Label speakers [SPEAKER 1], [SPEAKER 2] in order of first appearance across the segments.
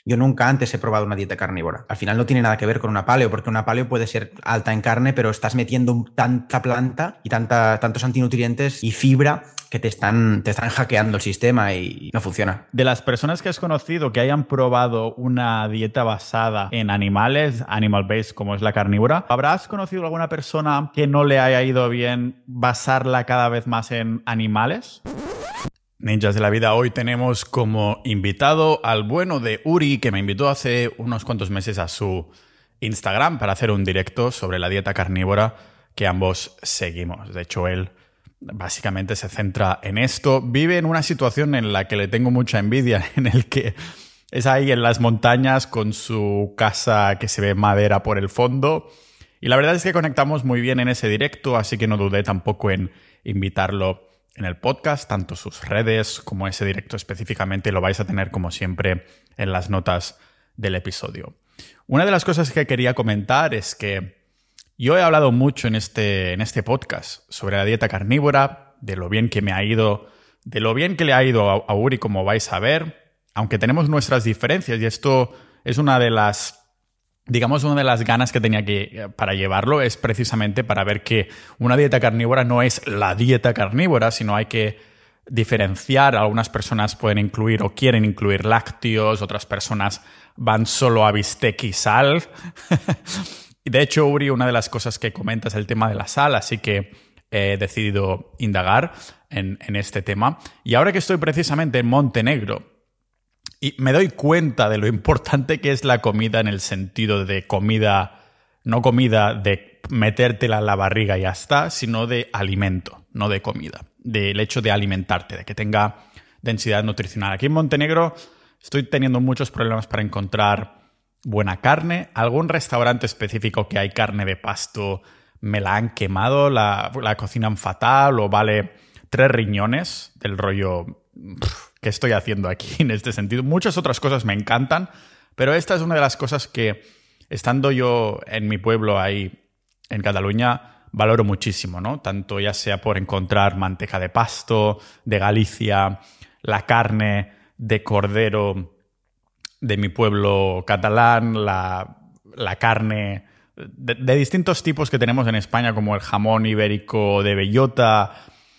[SPEAKER 1] Yo nunca antes he probado una dieta carnívora. Al final no tiene nada que ver con una paleo, porque una paleo puede ser alta en carne, pero estás metiendo tanta planta y tantos antinutrientes y fibra que te están hackeando el sistema y no funciona.
[SPEAKER 2] De las personas que has conocido que hayan probado una dieta basada en animales, animal-based como es la carnívora, ¿habrás conocido alguna persona que no le haya ido bien basarla cada vez más en animales? Ninjas de la vida, hoy tenemos como invitado al bueno de Uri, que me invitó hace unos cuantos meses a su Instagram para hacer un directo sobre la dieta carnívora que ambos seguimos. De hecho, él básicamente se centra en esto. Vive en una situación en la que le tengo mucha envidia, en el que es ahí en las montañas con su casa que se ve madera por el fondo. Y la verdad es que conectamos muy bien en ese directo, así que no dudé tampoco en invitarlo en el podcast. Tanto sus redes como ese directo específicamente lo vais a tener como siempre en las notas del episodio. Una de las cosas que quería comentar es que yo he hablado mucho en este podcast sobre la dieta carnívora, de lo bien que me ha ido, de lo bien que le ha ido a Uri, como vais a ver, aunque tenemos nuestras diferencias, y esto es una de las ganas que tenía para llevarlo, es precisamente para ver que una dieta carnívora no es la dieta carnívora, sino hay que diferenciar. Algunas personas pueden incluir o quieren incluir lácteos, otras personas van solo a bistec y sal. Y de hecho, Uri, una de las cosas que comenta es el tema de la sal, así que he decidido indagar en este tema. Y ahora que estoy precisamente en Montenegro y me doy cuenta de lo importante que es la comida en el sentido de comida, no comida de metértela en la barriga y ya está, sino de alimento, no de comida, del hecho de alimentarte, de que tenga densidad nutricional. Aquí en Montenegro estoy teniendo muchos problemas para encontrar buena carne. Algún restaurante específico que hay carne de pasto me la han quemado, la cocinan fatal o vale 3 riñones del rollo. ¿Qué estoy haciendo aquí en este sentido? Muchas otras cosas me encantan, pero esta es una de las cosas que, estando yo en mi pueblo ahí en Cataluña, valoro muchísimo, ¿no? Tanto ya sea por encontrar manteca de pasto de Galicia, la carne de cordero de mi pueblo catalán, la carne de distintos tipos que tenemos en España, como el jamón ibérico de bellota.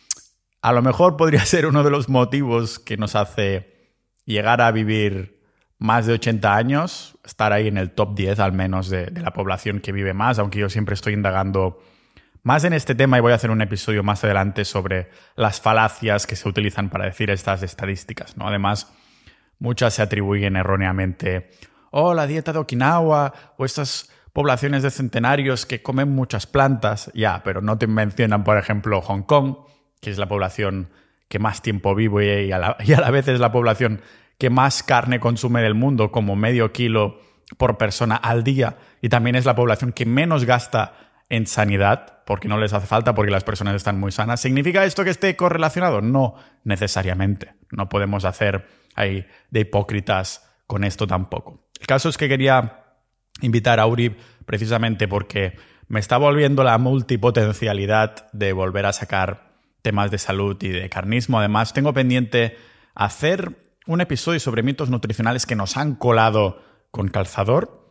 [SPEAKER 2] A lo mejor podría ser uno de los motivos que nos hace llegar a vivir más de 80 años, estar ahí en el top 10 al menos de la población que vive más, aunque yo siempre estoy indagando más en este tema y voy a hacer un episodio más adelante sobre las falacias que se utilizan para decir estas estadísticas, ¿no? Además, muchas se atribuyen erróneamente, la dieta de Okinawa o estas poblaciones de centenarios que comen muchas plantas. Ya, pero no te mencionan, por ejemplo, Hong Kong, que es la población que más tiempo vive y a la vez es la población que más carne consume del mundo, como medio kilo por persona al día. Y también es la población que menos gasta en sanidad, porque no les hace falta, porque las personas están muy sanas. ¿Significa esto que esté correlacionado? No necesariamente. No podemos hacer ahí de hipócritas con esto tampoco. El caso es que quería invitar a Uri precisamente porque me está volviendo la multipotencialidad de volver a sacar temas de salud y de carnismo. Además, tengo pendiente hacer un episodio sobre mitos nutricionales que nos han colado con calzador.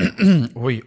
[SPEAKER 2] Uy.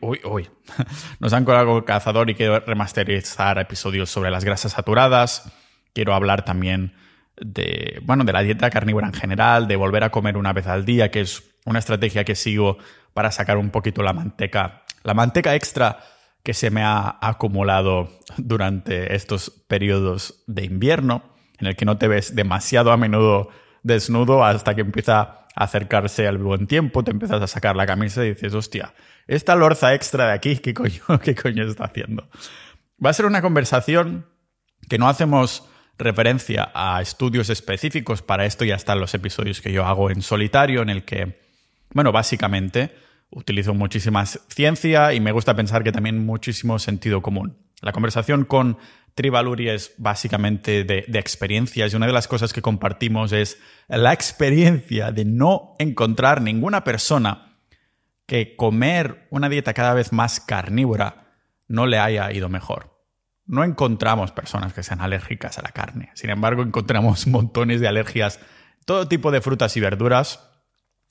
[SPEAKER 2] Nos han colado con calzador y quiero remasterizar episodios sobre las grasas saturadas. Quiero hablar también de la dieta carnívora en general, de volver a comer una vez al día, que es una estrategia que sigo para sacar un poquito la manteca extra que se me ha acumulado durante estos periodos de invierno, en el que no te ves demasiado a menudo desnudo hasta que empieza a acercarse el buen tiempo, te empiezas a sacar la camisa y dices, hostia, esta lorza extra de aquí, ¿qué coño está haciendo? Va a ser una conversación que no hacemos referencia a estudios específicos. Para esto ya están los episodios que yo hago en solitario, en el que, básicamente utilizo muchísima ciencia y me gusta pensar que también muchísimo sentido común. La conversación con Tribal Uri es básicamente de experiencias, y una de las cosas que compartimos es la experiencia de no encontrar ninguna persona que comer una dieta cada vez más carnívora no le haya ido mejor. No encontramos personas que sean alérgicas a la carne. Sin embargo, encontramos montones de alergias, todo tipo de frutas y verduras.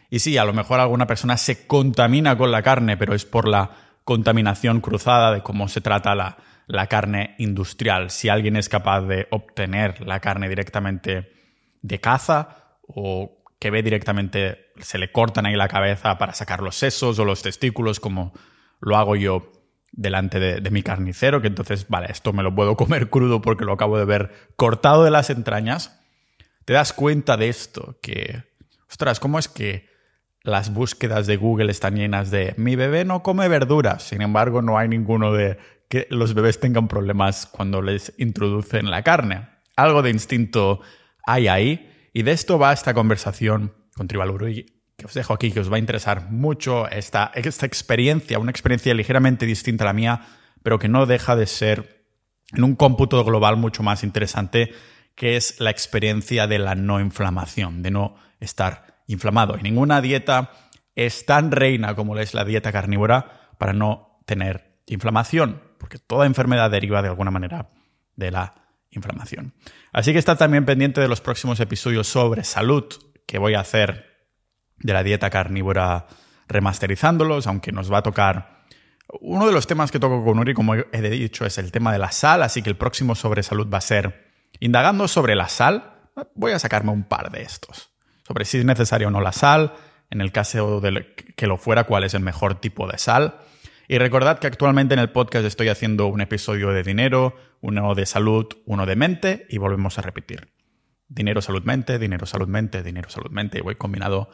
[SPEAKER 2] Y sí, a lo mejor alguna persona se contamina con la carne, pero es por la contaminación cruzada de cómo se trata la carne industrial. Si alguien es capaz de obtener la carne directamente de caza o que ve directamente, se le cortan ahí la cabeza para sacar los sesos o los testículos, como lo hago yo delante de mi carnicero, que entonces, vale, esto me lo puedo comer crudo porque lo acabo de ver cortado de las entrañas, te das cuenta de esto, que, ostras, ¿cómo es que las búsquedas de Google están llenas de mi bebé no come verduras? Sin embargo, no hay ninguno de que los bebés tengan problemas cuando les introducen la carne. Algo de instinto hay ahí, y de esto va esta conversación con Tribal Uri, que os dejo aquí, que os va a interesar mucho esta experiencia, una experiencia ligeramente distinta a la mía, pero que no deja de ser en un cómputo global mucho más interesante, que es la experiencia de la no inflamación, de no estar inflamado. Y ninguna dieta es tan reina como es la dieta carnívora para no tener inflamación, porque toda enfermedad deriva de alguna manera de la inflamación. Así que está también pendiente de los próximos episodios sobre salud que voy a hacer de la dieta carnívora remasterizándolos, aunque nos va a tocar... Uno de los temas que toco con Uri, como he dicho, es el tema de la sal, así que el próximo sobre salud va a ser indagando sobre la sal. Voy a sacarme un par de estos, sobre si es necesaria o no la sal, en el caso de que lo fuera, cuál es el mejor tipo de sal. Y recordad que actualmente en el podcast estoy haciendo un episodio de dinero, uno de salud, uno de mente, y volvemos a repetir. Dinero, salud, mente, dinero, salud, mente, dinero, salud, mente, y voy combinando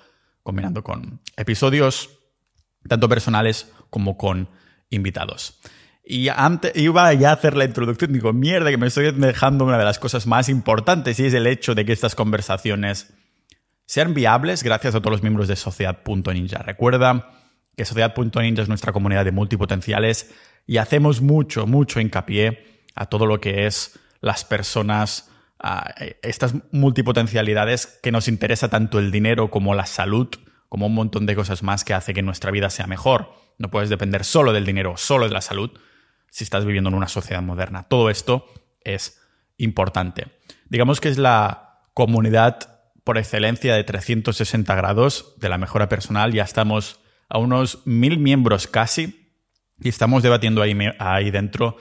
[SPEAKER 2] con episodios tanto personales como con invitados. Y antes iba ya a hacer la introducción, digo, mierda, que me estoy dejando una de las cosas más importantes, y es el hecho de que estas conversaciones sean viables gracias a todos los miembros de Sociedad.ninja. Recuerda que Sociedad.ninja es nuestra comunidad de multipotenciales y hacemos mucho hincapié a todo lo que es las personas, estas multipotencialidades que nos interesa tanto el dinero como la salud, como un montón de cosas más que hace que nuestra vida sea mejor. No puedes depender solo del dinero, solo de la salud, si estás viviendo en una sociedad moderna. Todo esto es importante. Digamos que es la comunidad por excelencia de 360 grados de la mejora personal. Ya estamos a unos 1000 miembros casi y estamos debatiendo ahí dentro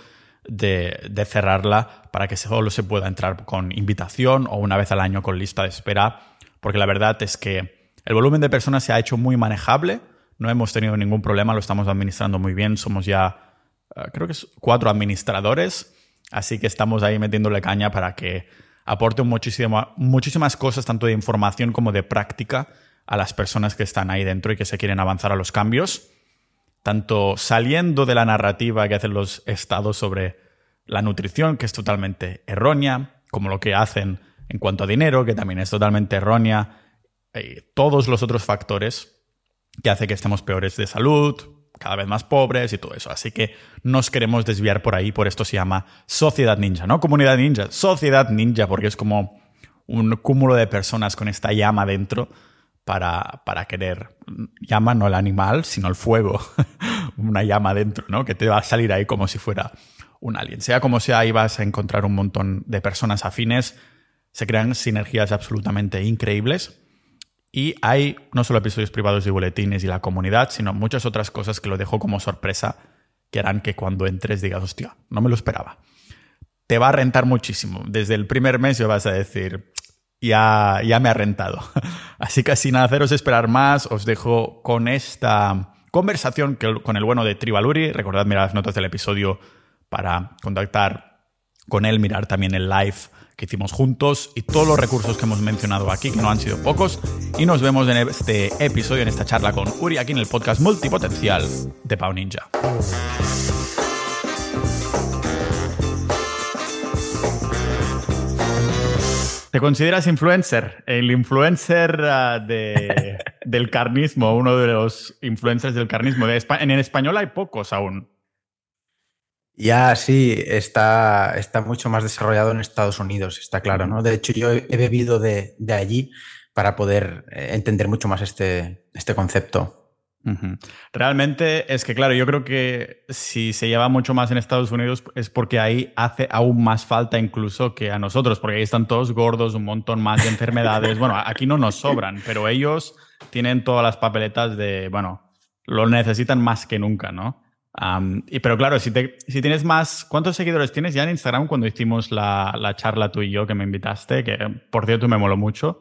[SPEAKER 2] de cerrarla para que solo se pueda entrar con invitación o una vez al año con lista de espera, porque la verdad es que el volumen de personas se ha hecho muy manejable, no hemos tenido ningún problema, lo estamos administrando muy bien, somos ya creo que 4 administradores, así que estamos ahí metiéndole caña para que aporte muchísimas cosas, tanto de información como de práctica, a las personas que están ahí dentro y que se quieren avanzar a los cambios, tanto saliendo de la narrativa que hacen los estados sobre la nutrición, que es totalmente errónea, como lo que hacen en cuanto a dinero, que también es totalmente errónea, y todos los otros factores que hacen que estemos peores de salud, cada vez más pobres y todo eso. Así que nos queremos desviar por ahí, por esto se llama Sociedad Ninja, no Comunidad Ninja, Sociedad Ninja, porque es como un cúmulo de personas con esta llama dentro para querer, llama no el animal, sino el fuego, una llama dentro, ¿no? Que te va a salir ahí como si fuera un alien. Sea como sea, ahí vas a encontrar un montón de personas afines, se crean sinergias absolutamente increíbles. Y hay no solo episodios privados y boletines y la comunidad, sino muchas otras cosas que lo dejo como sorpresa, que harán que cuando entres digas, hostia, no me lo esperaba. Te va a rentar muchísimo. Desde el primer mes ya vas a decir, ya me ha rentado. Así que sin haceros esperar más, os dejo con esta conversación con el bueno de Tribal Uri. Recordad mirar las notas del episodio para contactar con él, mirar también el live que hicimos juntos y todos los recursos que hemos mencionado aquí, que no han sido pocos. Y nos vemos en este episodio, en esta charla con Uri, aquí en el podcast multipotencial de Pau Ninja. ¿Te consideras influencer? El influencer del carnismo, uno de los influencers del carnismo. En español hay pocos aún.
[SPEAKER 1] Ya, sí, está mucho más desarrollado en Estados Unidos, está claro, ¿no? De hecho, yo he bebido de allí para poder entender mucho más este concepto.
[SPEAKER 2] Uh-huh. Realmente es que, claro, yo creo que si se lleva mucho más en Estados Unidos es porque ahí hace aún más falta incluso que a nosotros, porque ahí están todos gordos, un montón más de enfermedades. Bueno, aquí no nos sobran, pero ellos tienen todas las papeletas de, bueno, lo necesitan más que nunca, ¿no? Pero claro, si tienes más... ¿Cuántos seguidores tienes ya en Instagram cuando hicimos la charla tú y yo que me invitaste? Que, por cierto, me moló mucho.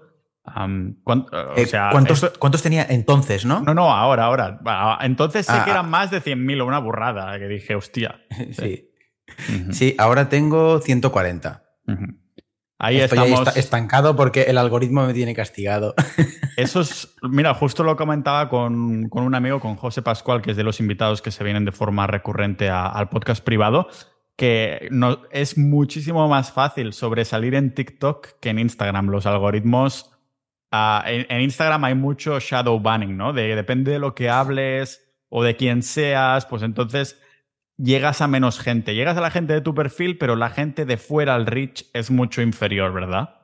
[SPEAKER 2] O sea,
[SPEAKER 1] ¿Cuántos tenía entonces, no?
[SPEAKER 2] No, ahora. Entonces sé que eran
[SPEAKER 1] Ah,
[SPEAKER 2] más de 100.000 o una burrada, que dije, hostia.
[SPEAKER 1] sí.
[SPEAKER 2] Ujú.
[SPEAKER 1] Sí, ahora tengo 140.
[SPEAKER 2] Ujú. Ahí
[SPEAKER 1] Estoy ahí
[SPEAKER 2] estamos.
[SPEAKER 1] estancado porque el algoritmo me tiene castigado.
[SPEAKER 2] Eso es, mira, justo lo comentaba con un amigo, con José Pascual, que es de los invitados que se vienen de forma recurrente al podcast privado, que no, es muchísimo más fácil sobresalir en TikTok que en Instagram. Los algoritmos, en Instagram hay mucho shadow banning, ¿no? Depende de lo que hables o de quién seas, pues entonces llegas a menos gente. Llegas a la gente de tu perfil, pero la gente de fuera al reach es mucho inferior, ¿verdad?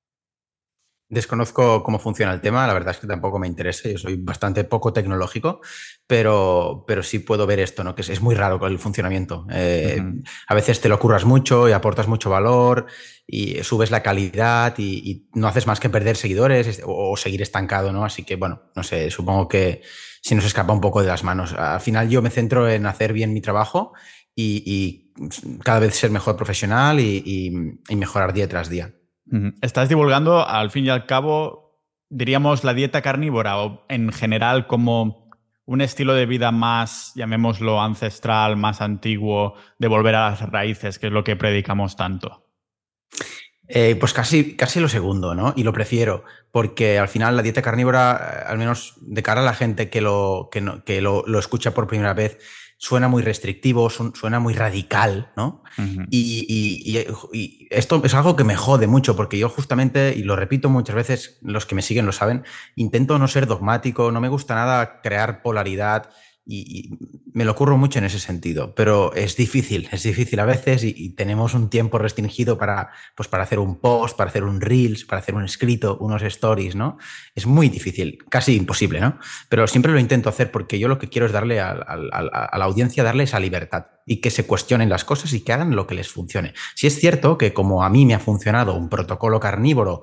[SPEAKER 1] Desconozco cómo funciona el tema, la verdad es que tampoco me interesa, yo soy bastante poco tecnológico, pero sí puedo ver esto, ¿no? Que es muy raro con el funcionamiento.
[SPEAKER 2] Ujú.
[SPEAKER 1] A veces te lo curras mucho y aportas mucho valor y subes la calidad y no haces más que perder seguidores o seguir estancado, ¿no? Así que, bueno, no sé, supongo que si nos escapa un poco de las manos. Al final yo me centro en hacer bien mi trabajo y cada vez ser mejor profesional y mejorar día tras día.
[SPEAKER 2] Ujú. Estás divulgando, al fin y al cabo, diríamos, la dieta carnívora o en general como un estilo de vida más, llamémoslo ancestral, más antiguo, de volver a las raíces, que es lo que predicamos tanto.
[SPEAKER 1] Pues casi lo segundo, ¿no? Y lo prefiero, porque al final la dieta carnívora, al menos de cara a la gente que lo escucha por primera vez, suena muy restrictivo, suena muy radical, ¿no?
[SPEAKER 2] Ujú.
[SPEAKER 1] Y esto es algo que me jode mucho, porque yo justamente, y lo repito muchas veces, los que me siguen lo saben, intento no ser dogmático, no me gusta nada crear polaridad y me lo ocurro mucho en ese sentido, pero es difícil a veces y tenemos un tiempo restringido pues para hacer un post, para hacer un reels, para hacer un escrito, unos stories, ¿no? Es muy difícil, casi imposible, ¿no? Pero siempre lo intento hacer porque yo lo que quiero es darle a la audiencia, darle esa libertad y que se cuestionen las cosas y que hagan lo que les funcione. Si es cierto que como a mí me ha funcionado un protocolo carnívoro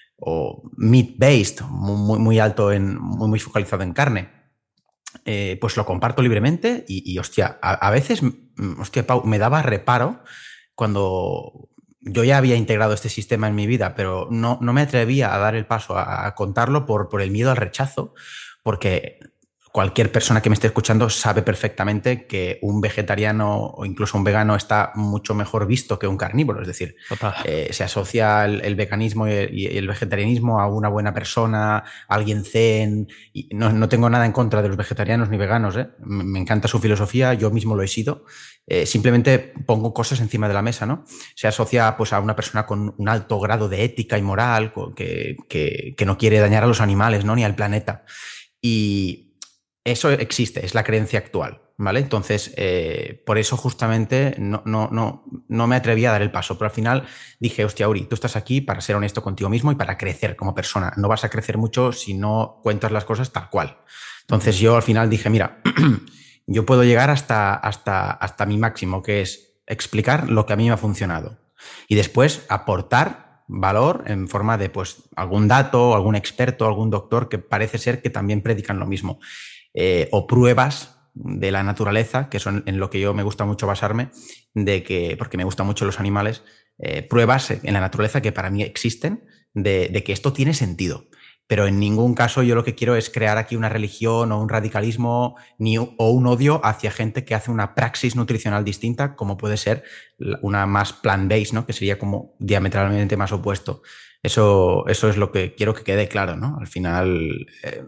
[SPEAKER 1] o meat-based, muy alto, muy focalizado en carne, pues lo comparto libremente y hostia, a veces, hostia, Pau, me daba reparo cuando yo ya había integrado este sistema en mi vida, pero no me atrevía a dar el paso a contarlo por el miedo al rechazo, porque cualquier persona que me esté escuchando sabe perfectamente que un vegetariano o incluso un vegano está mucho mejor visto que un carnívoro. Es decir,
[SPEAKER 2] Total.
[SPEAKER 1] se asocia el veganismo y el vegetarianismo a una buena persona, a alguien zen. Y no tengo nada en contra de los vegetarianos ni veganos, ¿eh? Me encanta su filosofía, yo mismo lo he sido. Simplemente pongo cosas encima de la mesa, ¿no? Se asocia pues, a una persona con un alto grado de ética y moral, que no quiere dañar a los animales, ¿no? Ni al planeta. Y eso existe, es la creencia actual, ¿vale? Entonces, por eso justamente no me atreví a dar el paso, pero al final dije, hostia, Uri, tú estás aquí para ser honesto contigo mismo y para crecer como persona. No vas a crecer mucho si no cuentas las cosas tal cual. Entonces yo al final dije, mira, yo puedo llegar hasta mi máximo, que es explicar lo que a mí me ha funcionado y después aportar valor en forma de pues algún dato, algún experto, algún doctor que parece ser que también predican lo mismo. O pruebas de la naturaleza, que son en lo que yo me gusta mucho basarme, porque me gustan mucho los animales, pruebas en la naturaleza que para mí existen de que esto tiene sentido. Pero en ningún caso yo lo que quiero es crear aquí una religión o un radicalismo o un odio hacia gente que hace una praxis nutricional distinta, como puede ser una más plant-based, ¿no? Que sería como diametralmente más opuesto. Eso es lo que quiero que quede claro, ¿no? Al final,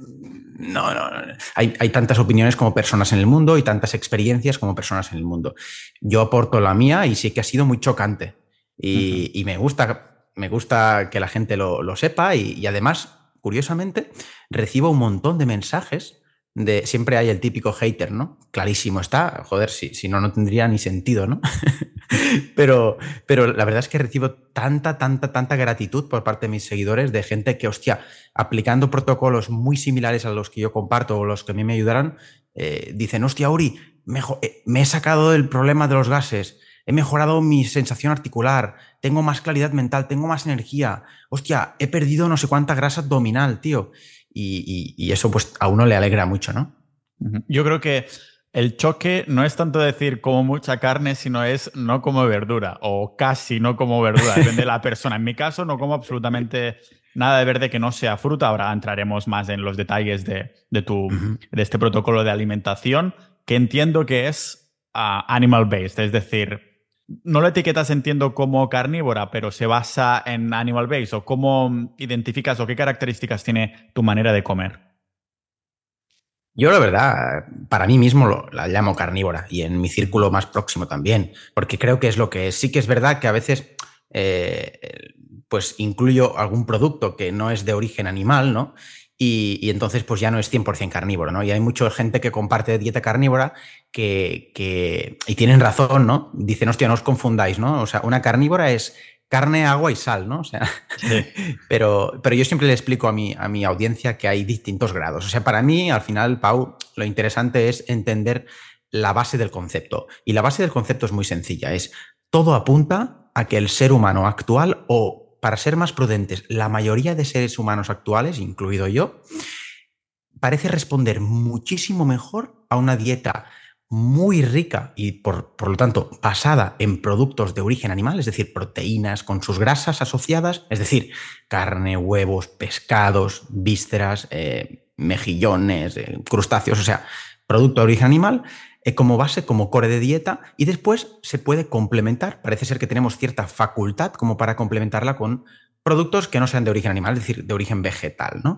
[SPEAKER 1] no. Hay tantas opiniones como personas en el mundo y tantas experiencias como personas en el mundo. Yo aporto la mía y sí que ha sido muy chocante.
[SPEAKER 2] Ujú.
[SPEAKER 1] Y me gusta que la gente lo sepa y además, curiosamente, recibo un montón de mensajes siempre hay el típico hater, ¿no? Clarísimo está, joder, si no tendría ni sentido, ¿no? pero la verdad es que recibo tanta gratitud por parte de mis seguidores, de gente que, hostia, aplicando protocolos muy similares a los que yo comparto o los que a mí me ayudaron, dicen, hostia, Uri, me he sacado del problema de los gases, he mejorado mi sensación articular, tengo más claridad mental, tengo más energía, hostia, he perdido no sé cuánta grasa abdominal, tío. y eso pues a uno le alegra mucho, ¿no?
[SPEAKER 2] Yo creo que el choque no es tanto decir como mucha carne, sino es no como verdura o casi no como verdura, depende de la persona. En mi caso no como absolutamente nada de verde que no sea fruta. Ahora entraremos más en los detalles de este protocolo de alimentación, que entiendo que es animal-based, es decir, no lo etiquetas, entiendo, como carnívora, pero se basa en animal-based. ¿O cómo identificas o qué características tiene tu manera de comer?
[SPEAKER 1] Yo, la verdad, para mí mismo la llamo carnívora y en mi círculo más próximo también, porque creo que es lo que es. Sí que es verdad que a veces pues incluyo algún producto que no es de origen animal, ¿no? Y entonces pues ya no es 100% carnívoro, ¿no? Y hay mucha gente que comparte dieta carnívora y tienen razón, ¿no? Dicen, hostia, no os confundáis, ¿no? O sea, una carnívora es carne, agua y sal, ¿no? O sea,
[SPEAKER 2] Sí.
[SPEAKER 1] pero yo siempre le explico a mi audiencia que hay distintos grados. O sea, para mí, al final, Pau, lo interesante es entender la base del concepto. Y la base del concepto es muy sencilla, es todo apunta a que el ser humano actual, o para ser más prudentes, la mayoría de seres humanos actuales, incluido yo, parece responder muchísimo mejor a una dieta muy rica y por lo tanto basada en productos de origen animal, es decir, proteínas con sus grasas asociadas, es decir, carne, huevos, pescados, vísceras, mejillones, crustáceos, o sea, producto de origen animal, como base, como core de dieta, y después se puede complementar. Parece ser que tenemos cierta facultad como para complementarla con productos que no sean de origen animal, es decir, de origen vegetal, ¿no?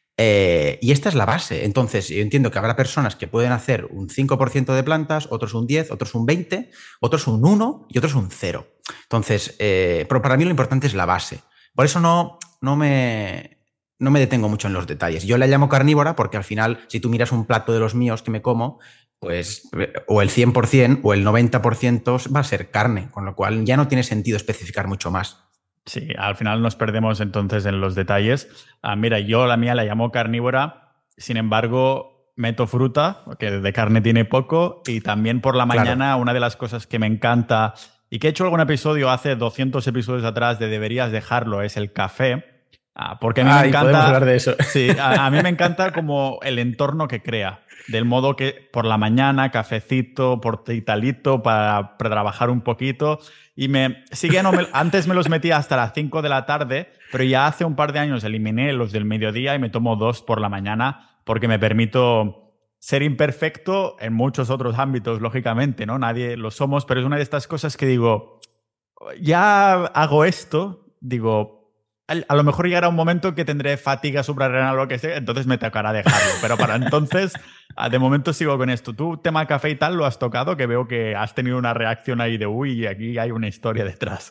[SPEAKER 1] Y esta es la base. Entonces, yo entiendo que habrá personas que pueden hacer un 5% de plantas, otros un 10, otros un 20, otros un 1 y otros un 0. Entonces, pero para mí lo importante es la base. Por eso no me detengo mucho en los detalles. Yo la llamo carnívora porque al final, si tú miras un plato de los míos que me como, pues o el 100% o el 90% va a ser carne, con lo cual ya no tiene sentido especificar mucho más.
[SPEAKER 2] Sí, al final nos perdemos entonces en los detalles. Mira, yo la mía la llamo carnívora, sin embargo, meto fruta, que de carne tiene poco, y también por la mañana
[SPEAKER 1] Claro.
[SPEAKER 2] una de las cosas que me encanta y que he hecho algún episodio hace 200 episodios atrás de deberías dejarlo es el café. Porque a mí me
[SPEAKER 1] Y podemos hablar
[SPEAKER 2] encanta,
[SPEAKER 1] de eso.
[SPEAKER 2] sí, a mí me encanta como el entorno que crea. Del modo que por la mañana, cafecito, portalito para trabajar un poquito. Y antes me los metía hasta las 5 de la tarde, pero ya hace un par de años eliminé los del mediodía y me tomo 2 por la mañana porque me permito ser imperfecto en muchos otros ámbitos, lógicamente, ¿no? Nadie lo somos, pero es una de estas cosas que digo, ya hago esto, digo, a lo mejor llegará un momento que tendré fatiga suprarrenal o lo que sea, entonces me tocará dejarlo. Pero para entonces, de momento sigo con esto. ¿Tú, tema café y tal, lo has tocado? Que veo que has tenido una reacción ahí de, uy, aquí hay una historia detrás.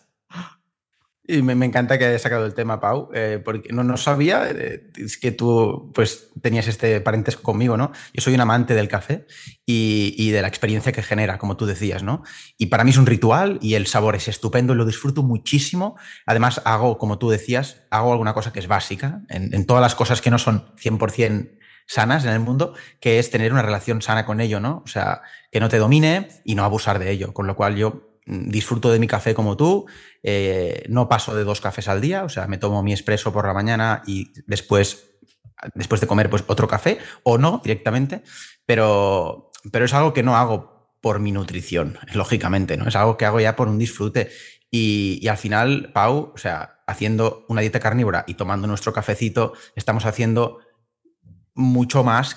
[SPEAKER 1] Y me encanta que hayas sacado el tema, Pau, porque no sabía, es que tú pues tenías este parentesco conmigo, ¿no? Yo soy un amante del café y de la experiencia que genera, como tú decías, ¿no? Y para mí es un ritual y el sabor es estupendo y lo disfruto muchísimo. Además, hago, como tú decías, hago alguna cosa que es básica en todas las cosas que no son 100% sanas en el mundo, que es tener una relación sana con ello, ¿no? O sea, que no te domine y no abusar de ello, con lo cual yo disfruto de mi café como tú, no paso de 2 cafés al día, o sea, me tomo mi expreso por la mañana y después de comer, pues otro café, o no directamente, pero es algo que no hago por mi nutrición, lógicamente, ¿no? Es algo que hago ya por un disfrute. Y al final, Pau, o sea, haciendo una dieta carnívora y tomando nuestro cafecito, estamos haciendo mucho más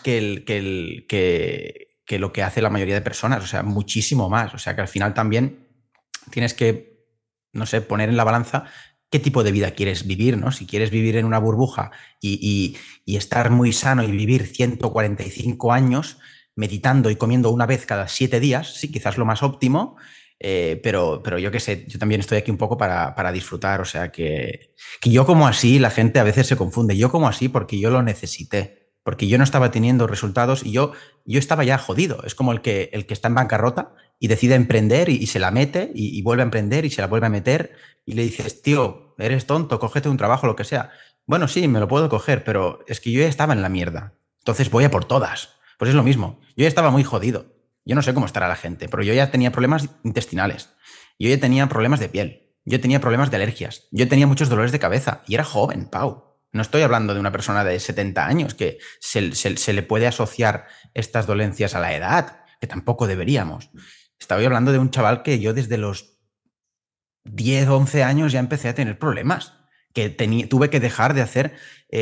[SPEAKER 1] que lo que hace la mayoría de personas, o sea, muchísimo más. O sea, que al final también tienes que, no sé, poner en la balanza qué tipo de vida quieres vivir, ¿no? Si quieres vivir en una burbuja y estar muy sano y vivir 145 años meditando y comiendo una vez cada 7 días, sí, quizás lo más óptimo, pero yo qué sé, yo también estoy aquí un poco para disfrutar, o sea que yo como así, la gente a veces se confunde, yo como así porque yo lo necesité. Porque yo no estaba teniendo resultados y yo estaba ya jodido. Es como el que está en bancarrota y decide emprender y se la mete y vuelve a emprender y se la vuelve a meter y le dices, tío, eres tonto, cógete un trabajo, lo que sea. Bueno, sí, me lo puedo coger, pero es que yo ya estaba en la mierda. Entonces voy a por todas. Pues es lo mismo. Yo ya estaba muy jodido. Yo no sé cómo estará la gente, pero yo ya tenía problemas intestinales. Yo ya tenía problemas de piel. Yo tenía problemas de alergias. Yo tenía muchos dolores de cabeza y era joven, Pau. No estoy hablando de una persona de 70 años que se le puede asociar estas dolencias a la edad, que tampoco deberíamos. Estoy hablando de un chaval que yo desde los 10, 11 años ya empecé a tener problemas, que tuve que dejar de hacer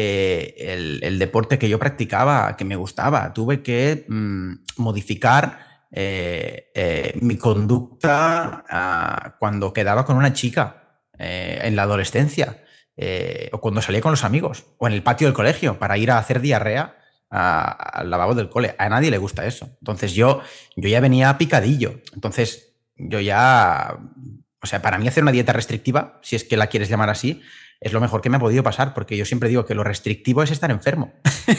[SPEAKER 1] el deporte que yo practicaba, que me gustaba. Tuve que modificar mi conducta cuando quedaba con una chica en la adolescencia, o cuando salía con los amigos, o en el patio del colegio para ir a hacer diarrea al lavabo del cole. A nadie le gusta eso. Entonces yo ya venía picadillo. Entonces yo ya... O sea, para mí hacer una dieta restrictiva, si es que la quieres llamar así, es lo mejor que me ha podido pasar, porque yo siempre digo que lo restrictivo es estar enfermo.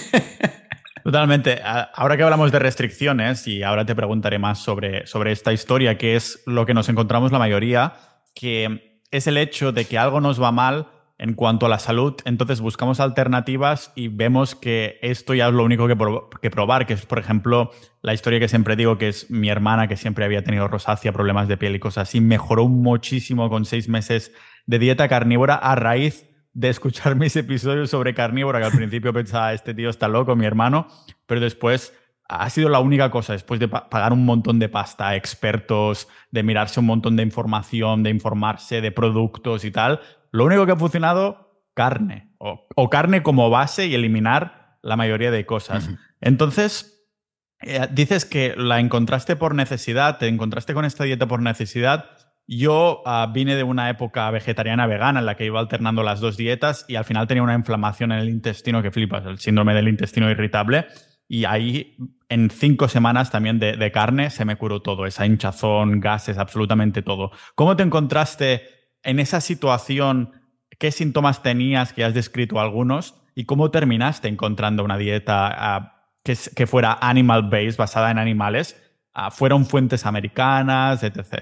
[SPEAKER 2] Totalmente. Ahora que hablamos de restricciones, y ahora te preguntaré más sobre esta historia, que es lo que nos encontramos la mayoría, que es el hecho de que algo nos va mal en cuanto a la salud, entonces buscamos alternativas y vemos que esto ya es lo único que probar, que es, por ejemplo, la historia que siempre digo, que es mi hermana, que siempre había tenido rosácea, problemas de piel y cosas así, mejoró muchísimo con 6 meses de dieta carnívora a raíz de escuchar mis episodios sobre carnívora, que al principio pensaba, este tío está loco, mi hermano, pero después ha sido la única cosa, después de pagar un montón de pasta a expertos, de mirarse un montón de información, de informarse de productos y tal, lo único que ha funcionado, carne, o carne como base y eliminar la mayoría de cosas. Entonces, dices que la encontraste por necesidad, te encontraste con esta dieta por necesidad. Yo vine de una época vegetariana vegana en la que iba alternando las dos dietas y al final tenía una inflamación en el intestino que flipas, el síndrome del intestino irritable, y ahí en 5 semanas también de carne se me curó todo, esa hinchazón, gases, absolutamente todo. ¿Cómo te encontraste en esa situación? ¿Qué síntomas tenías, que has descrito algunos, y cómo terminaste encontrando una dieta que fuera animal-based, basada en animales? ¿Fueron fuentes americanas, etc.?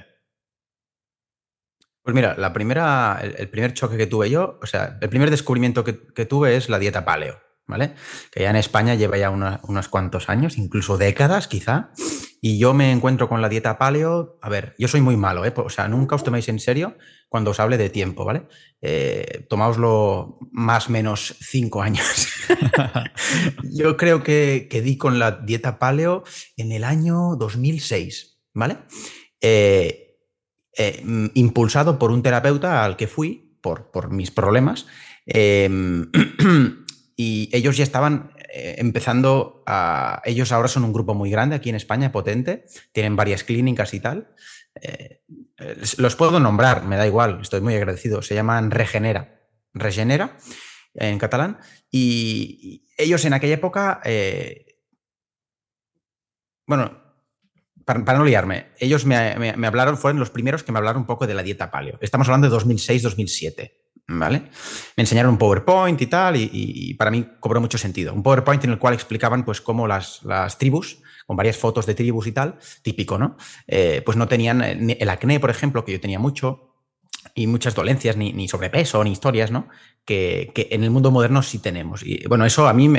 [SPEAKER 1] Pues mira, el primer choque que tuve yo, o sea, el primer descubrimiento que tuve es la dieta paleo, ¿vale? Que ya en España lleva ya unos cuantos años, incluso décadas quizá, y yo me encuentro con la dieta paleo. A ver, yo soy muy malo, ¿eh? O sea, nunca os toméis en serio cuando os hable de tiempo, ¿vale? Tomáoslo más o menos 5 años. Yo creo que di con la dieta paleo en el año 2006, ¿vale? Impulsado por un terapeuta al que fui por mis problemas, y ellos ya estaban empezando a... Ellos ahora son un grupo muy grande aquí en España, potente, tienen varias clínicas y tal. Los puedo nombrar, me da igual, estoy muy agradecido. Se llaman Regenera en catalán, y ellos en aquella época, bueno, para no liarme, ellos me hablaron, fueron los primeros que me hablaron un poco de la dieta paleo. Estamos hablando de 2006-2007, ¿vale? Me enseñaron un PowerPoint y tal, y para mí cobró mucho sentido. Un PowerPoint en el cual explicaban pues cómo las tribus, con varias fotos de tribus y tal, típico, ¿no? Pues no tenían el acné, por ejemplo, que yo tenía mucho, y muchas dolencias, ni sobrepeso, ni historias, ¿no? Que en el mundo moderno sí tenemos. Y bueno, eso a mí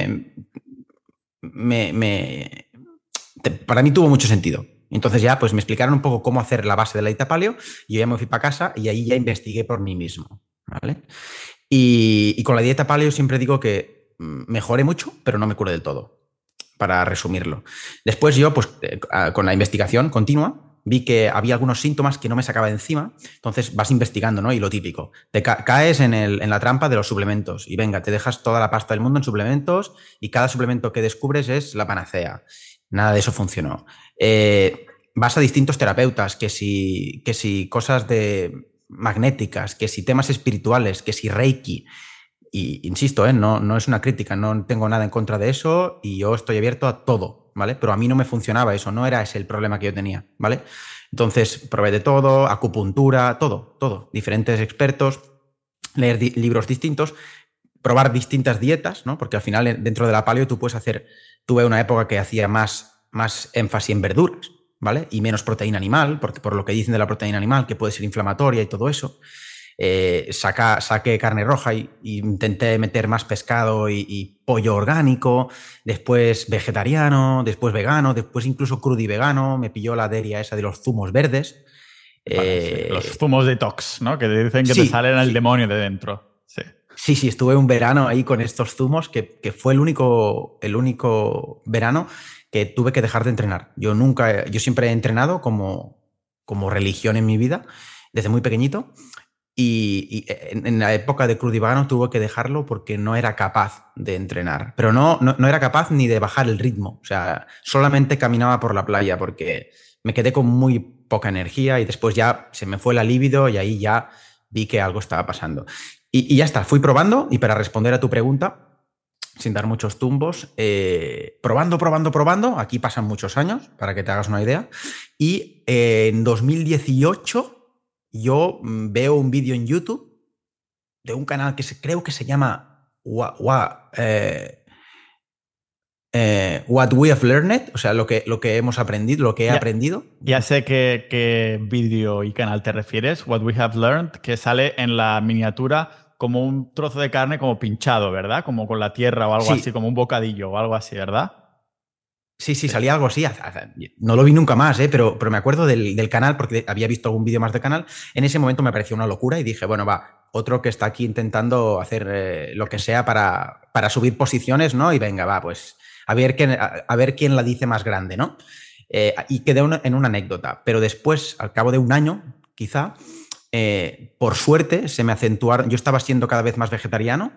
[SPEAKER 1] para mí tuvo mucho sentido. Entonces ya pues me explicaron un poco cómo hacer la base de la dieta paleo, y yo ya me fui para casa y ahí ya investigué por mí mismo, ¿vale? Y con la dieta paleo siempre digo que mejoré mucho, pero no me curé del todo, para resumirlo. Después yo, pues con la investigación continua, vi que había algunos síntomas que no me sacaba de encima, entonces vas investigando, ¿no? Y lo típico, te caes en la trampa de los suplementos y venga, te dejas toda la pasta del mundo en suplementos y cada suplemento que descubres es la panacea. Nada de eso funcionó. Vas a distintos terapeutas, que si cosas de magnéticas, que si temas espirituales, que si Reiki. Y insisto, no es una crítica, no tengo nada en contra de eso y yo estoy abierto a todo, ¿vale? Pero a mí no me funcionaba eso, no era ese el problema que yo tenía, ¿vale? Entonces probé de todo, acupuntura, todo. Diferentes expertos, leer libros distintos, probar distintas dietas, ¿no? Porque al final dentro de la paleo tú puedes hacer... Tuve una época que hacía más énfasis en verduras, ¿vale? Y menos proteína animal, porque por lo que dicen de la proteína animal, que puede ser inflamatoria y todo eso. Saqué carne roja y intenté meter más pescado y pollo orgánico, después vegetariano, después vegano, después incluso crudo y vegano. Me pilló la deria esa de los zumos verdes.
[SPEAKER 2] Vale, sí. Los zumos detox, ¿no? Que te dicen que sí, te salen el demonio de dentro. Sí.
[SPEAKER 1] Sí, sí, estuve un verano ahí con estos zumos que fue el único verano que tuve que dejar de entrenar. Yo siempre he entrenado como religión en mi vida, desde muy pequeñito, y en la época de Crudivano tuve que dejarlo porque no era capaz de entrenar. Pero no era capaz ni de bajar el ritmo. O sea, solamente caminaba por la playa porque me quedé con muy poca energía y después ya se me fue la libido y ahí ya vi que algo estaba pasando. Y ya está, fui probando y para responder a tu pregunta, sin dar muchos tumbos, probando, aquí pasan muchos años, para que te hagas una idea, y en 2018 yo veo un vídeo en YouTube de un canal que creo que se llama What We Have Learned, o sea, lo que hemos aprendido, lo que he aprendido.
[SPEAKER 2] Ya sé qué vídeo y canal te refieres, What We Have Learned, que sale en la miniatura como un trozo de carne como pinchado, ¿verdad? Como con la tierra o algo así,
[SPEAKER 1] Sí,
[SPEAKER 2] como un bocadillo o algo así, ¿verdad?
[SPEAKER 1] sí, salía algo así. No lo vi nunca más, pero me acuerdo del canal porque había visto algún vídeo más del canal. En ese momento me pareció una locura y dije, bueno, va, otro que está aquí intentando hacer lo que sea para subir posiciones, ¿no? Y venga, va, pues a ver quién la dice más grande, ¿no? Y quedé en una anécdota. Pero después, al cabo de un año, quizá, por suerte, se me acentuaron. Yo estaba siendo cada vez más vegetariano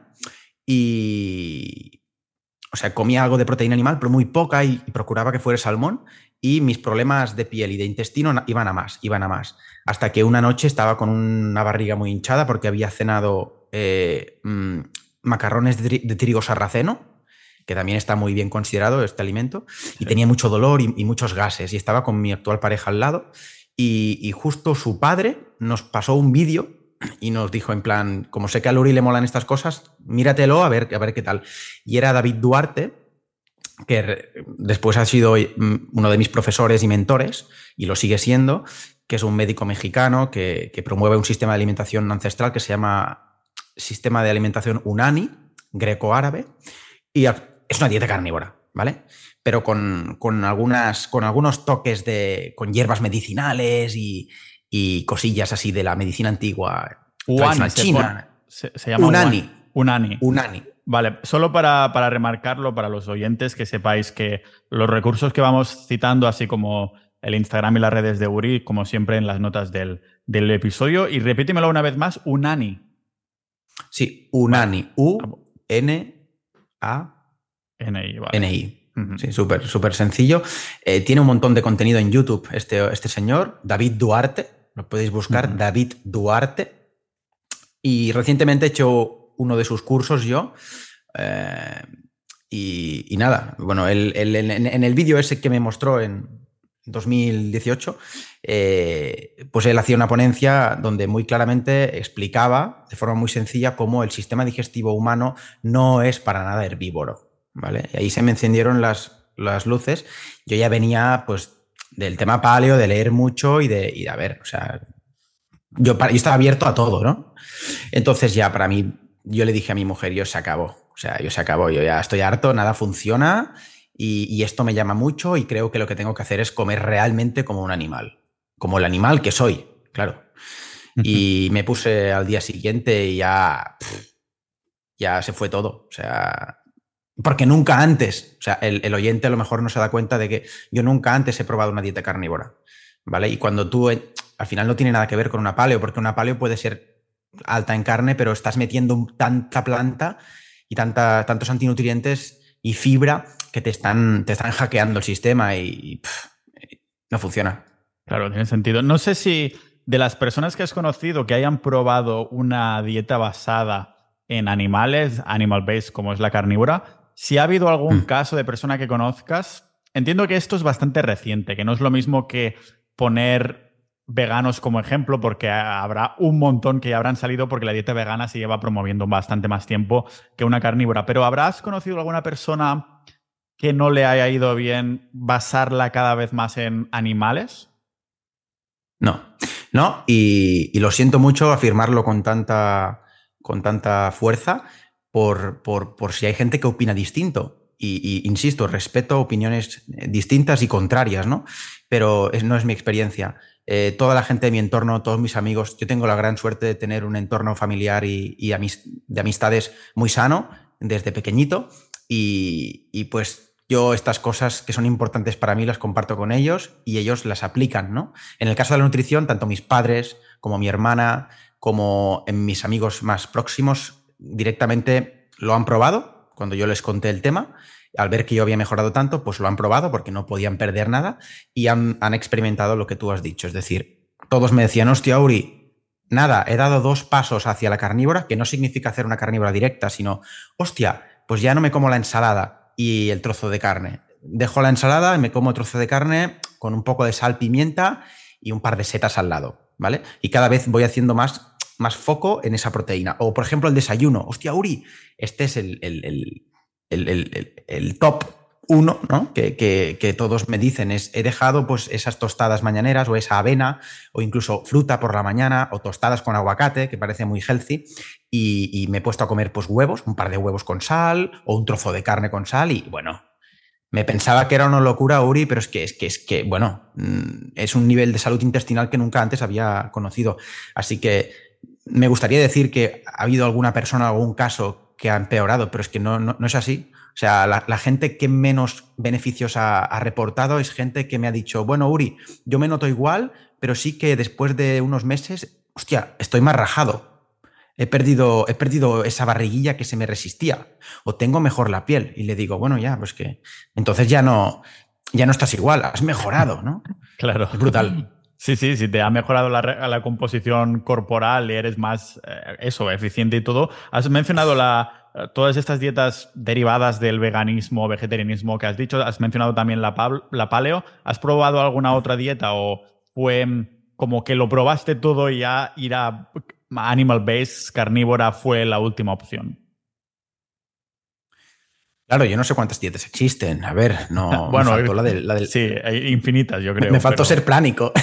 [SPEAKER 1] y, o sea, comía algo de proteína animal, pero muy poca y procuraba que fuera salmón y mis problemas de piel y de intestino iban a más, iban a más. Hasta que una noche estaba con una barriga muy hinchada porque había cenado macarrones de trigo sarraceno, que también está muy bien considerado este alimento, y
[SPEAKER 2] Sí.
[SPEAKER 1] tenía mucho dolor y muchos gases. Y estaba con mi actual pareja al lado y justo su padre nos pasó un vídeo y nos dijo en plan, como sé que a Luri le molan estas cosas, míratelo a ver qué tal. Y era David Duarte, que después ha sido uno de mis profesores y mentores, y lo sigue siendo, que es un médico mexicano que promueve un sistema de alimentación ancestral que se llama Sistema de Alimentación Unani, greco-árabe, y es una dieta carnívora, ¿vale? Pero con algunos toques con hierbas medicinales y cosillas así de la medicina antigua,
[SPEAKER 2] Uani
[SPEAKER 1] tradicional china.
[SPEAKER 2] se llama Uani.
[SPEAKER 1] Unani.
[SPEAKER 2] Unani.
[SPEAKER 1] Unani.
[SPEAKER 2] Vale, solo para remarcarlo para los oyentes, que sepáis que los recursos que vamos citando, así como el Instagram y las redes de Uri, como siempre en las notas del episodio, y repítemelo una vez más, Unani.
[SPEAKER 1] Sí,
[SPEAKER 2] Vale.
[SPEAKER 1] Unani.
[SPEAKER 2] NI, vale.
[SPEAKER 1] N-I. Sí, súper sencillo. Tiene un montón de contenido en YouTube este señor, David Duarte. Lo podéis buscar, David Duarte. Y recientemente he hecho uno de sus cursos yo. Y nada, bueno, en el vídeo ese que me mostró en 2018, pues él hacía una ponencia donde muy claramente explicaba de forma muy sencilla cómo el sistema digestivo humano no es para nada herbívoro, ¿vale? Y ahí se me encendieron las luces. Yo ya venía pues del tema paleo, de leer mucho y de a ver, o sea, yo estaba abierto a todo, ¿no? Entonces ya para mí, yo le dije a mi mujer, yo se acabó. O sea, yo se acabó, yo ya estoy harto, nada funciona y esto me llama mucho y creo que lo que tengo que hacer es comer realmente como un animal, como el animal que soy, claro. Y me puse al día siguiente y ya se fue todo. O sea, porque nunca antes, o sea, el oyente a lo mejor no se da cuenta de que yo nunca antes he probado una dieta carnívora, ¿vale? Y cuando tú, al final no tiene nada que ver con una paleo, porque una paleo puede ser alta en carne, pero estás metiendo tanta planta y tantos antinutrientes y fibra que te están hackeando el sistema y no funciona.
[SPEAKER 2] Claro, tiene sentido. No sé si de las personas que has conocido que hayan probado una dieta basada en animales, animal-based como es la carnívora, si ha habido algún caso de persona que conozcas. Entiendo que esto es bastante reciente, que no es lo mismo que poner veganos como ejemplo, porque habrá un montón que ya habrán salido porque la dieta vegana se lleva promoviendo bastante más tiempo que una carnívora. Pero ¿habrás conocido alguna persona que no le haya ido bien basarla cada vez más en animales?
[SPEAKER 1] No, y lo siento mucho afirmarlo con tanta fuerza por si hay gente que opina distinto. insisto, respeto opiniones distintas y contrarias, ¿no? Pero no es mi experiencia. Toda la gente de mi entorno, todos mis amigos, yo tengo la gran suerte de tener un entorno familiar de amistades muy sano desde pequeñito y pues yo estas cosas que son importantes para mí las comparto con ellos y ellos las aplican, ¿no? En el caso de la nutrición, tanto mis padres como mi hermana, como en mis amigos más próximos, directamente lo han probado cuando yo les conté el tema. Al ver que yo había mejorado tanto, pues lo han probado porque no podían perder nada y han experimentado lo que tú has dicho. Es decir, todos me decían, hostia, Uri, nada, he dado 2 pasos hacia la carnívora, que no significa hacer una carnívora directa, sino, hostia, pues ya no me como la ensalada y el trozo de carne. Dejo la ensalada y me como trozo de carne con un poco de sal, pimienta y un par de setas al lado, ¿vale? Y cada vez voy haciendo más foco en esa proteína. O, por ejemplo, el desayuno. Hostia, Uri, este es el top 1, ¿no? Que todos me dicen es, he dejado pues esas tostadas mañaneras o esa avena o incluso fruta por la mañana o tostadas con aguacate, que parece muy healthy, y me he puesto a comer pues huevos, un par de huevos con sal o un trozo de carne con sal y bueno, me pensaba que era una locura, Uri, pero es que bueno, es un nivel de salud intestinal que nunca antes había conocido. Así que me gustaría decir que ha habido alguna persona, algún caso que ha empeorado, pero es que no es así. O sea, la gente que menos beneficios ha reportado es gente que me ha dicho, bueno, Uri, yo me noto igual, pero sí que después de unos meses, hostia, estoy más rajado. He perdido esa barriguilla que se me resistía o tengo mejor la piel. Y le digo, bueno, ya, pues que entonces ya no estás igual, has mejorado, ¿no?
[SPEAKER 2] Claro.
[SPEAKER 1] Es brutal.
[SPEAKER 2] Sí, si te ha mejorado la composición corporal y eres más, eficiente y todo. Has mencionado todas estas dietas derivadas del veganismo, vegetarianismo que has dicho. Has mencionado también la paleo. ¿Has probado alguna otra dieta o fue como que lo probaste todo y ya ir a animal-based, carnívora, fue la última opción?
[SPEAKER 1] Claro, yo no sé cuántas dietas existen. A ver, no.
[SPEAKER 2] Bueno,
[SPEAKER 1] me faltó la del...
[SPEAKER 2] Sí, hay infinitas, yo creo.
[SPEAKER 1] Me faltó ser plánico.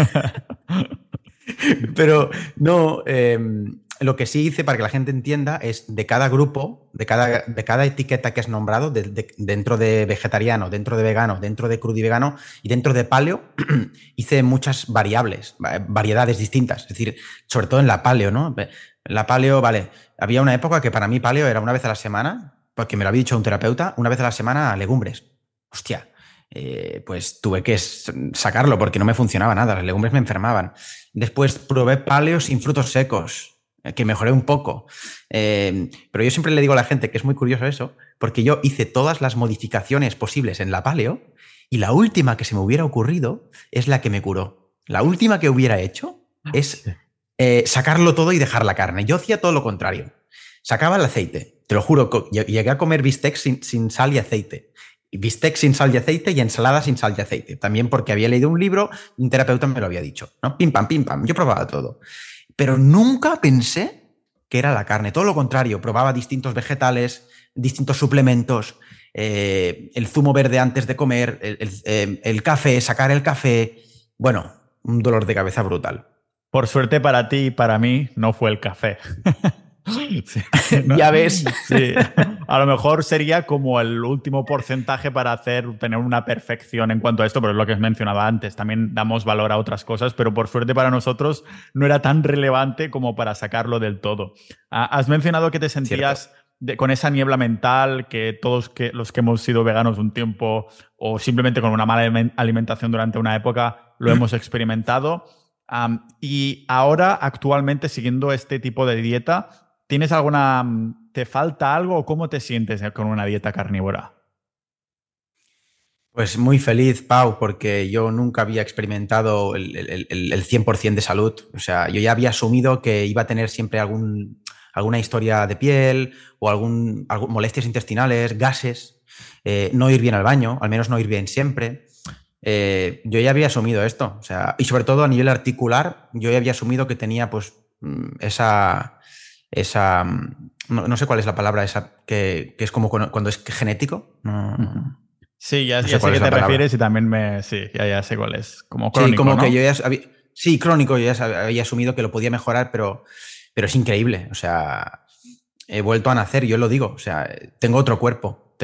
[SPEAKER 1] Pero no, lo que sí hice para que la gente entienda es de cada grupo, de cada etiqueta que has nombrado, dentro de vegetariano, dentro de vegano, dentro de crudivegano y dentro de paleo, hice muchas variedades distintas. Es decir, sobre todo en la paleo, ¿no? La paleo, vale, había una época que para mí paleo era una vez a la semana, porque me lo había dicho un terapeuta, una vez a la semana legumbres. Hostia. Pues tuve que sacarlo porque no me funcionaba nada, las legumbres me enfermaban. Después probé paleo sin frutos secos, que mejoré un poco. Pero yo siempre le digo a la gente que es muy curioso eso, porque yo hice todas las modificaciones posibles en la paleo y la última que se me hubiera ocurrido es la que me curó. La última que hubiera hecho es sacarlo todo y dejar la carne. Yo hacía todo lo contrario. Sacaba el aceite, te lo juro, llegué a comer bistec sin sal y aceite. Bistec sin sal y aceite y ensalada sin sal y aceite. También porque había leído un libro y un terapeuta me lo había dicho, ¿no? Pim, pam, pim, pam. Yo probaba todo. Pero nunca pensé que era la carne. Todo lo contrario. Probaba distintos vegetales, distintos suplementos, el zumo verde antes de comer, el café, sacar el café. Bueno, un dolor de cabeza brutal.
[SPEAKER 2] Por suerte para ti y para mí no fue el café.
[SPEAKER 1] Sí, ¿no? Ya ves.
[SPEAKER 2] Sí. A lo mejor sería como el último porcentaje para tener una perfección en cuanto a esto, pero es lo que os mencionaba antes. También damos valor a otras cosas, pero por suerte para nosotros no era tan relevante como para sacarlo del todo. Has mencionado que te sentías con esa niebla mental, que todos los que hemos sido veganos un tiempo o simplemente con una mala alimentación durante una época lo hemos experimentado. Y ahora, actualmente, siguiendo este tipo de dieta, ¿tienes te falta algo o cómo te sientes con una dieta carnívora?
[SPEAKER 1] Pues muy feliz, Pau, porque yo nunca había experimentado el 100% de salud. O sea, yo ya había asumido que iba a tener siempre alguna historia de piel o molestias intestinales, gases, no ir bien al baño, al menos no ir bien siempre. Yo ya había asumido esto. O sea, y sobre todo a nivel articular, yo ya había asumido que tenía pues esa no sé cuál es la palabra esa, que es como cuando es genético.
[SPEAKER 2] Sí, ya sé a qué te refieres y también sí, ya sé cuál es. Como crónico,
[SPEAKER 1] sí, como
[SPEAKER 2] ¿no?
[SPEAKER 1] que yo ya crónico, yo ya había asumido que lo podía mejorar, pero es increíble. O sea, he vuelto a nacer, yo lo digo, o sea, tengo otro cuerpo,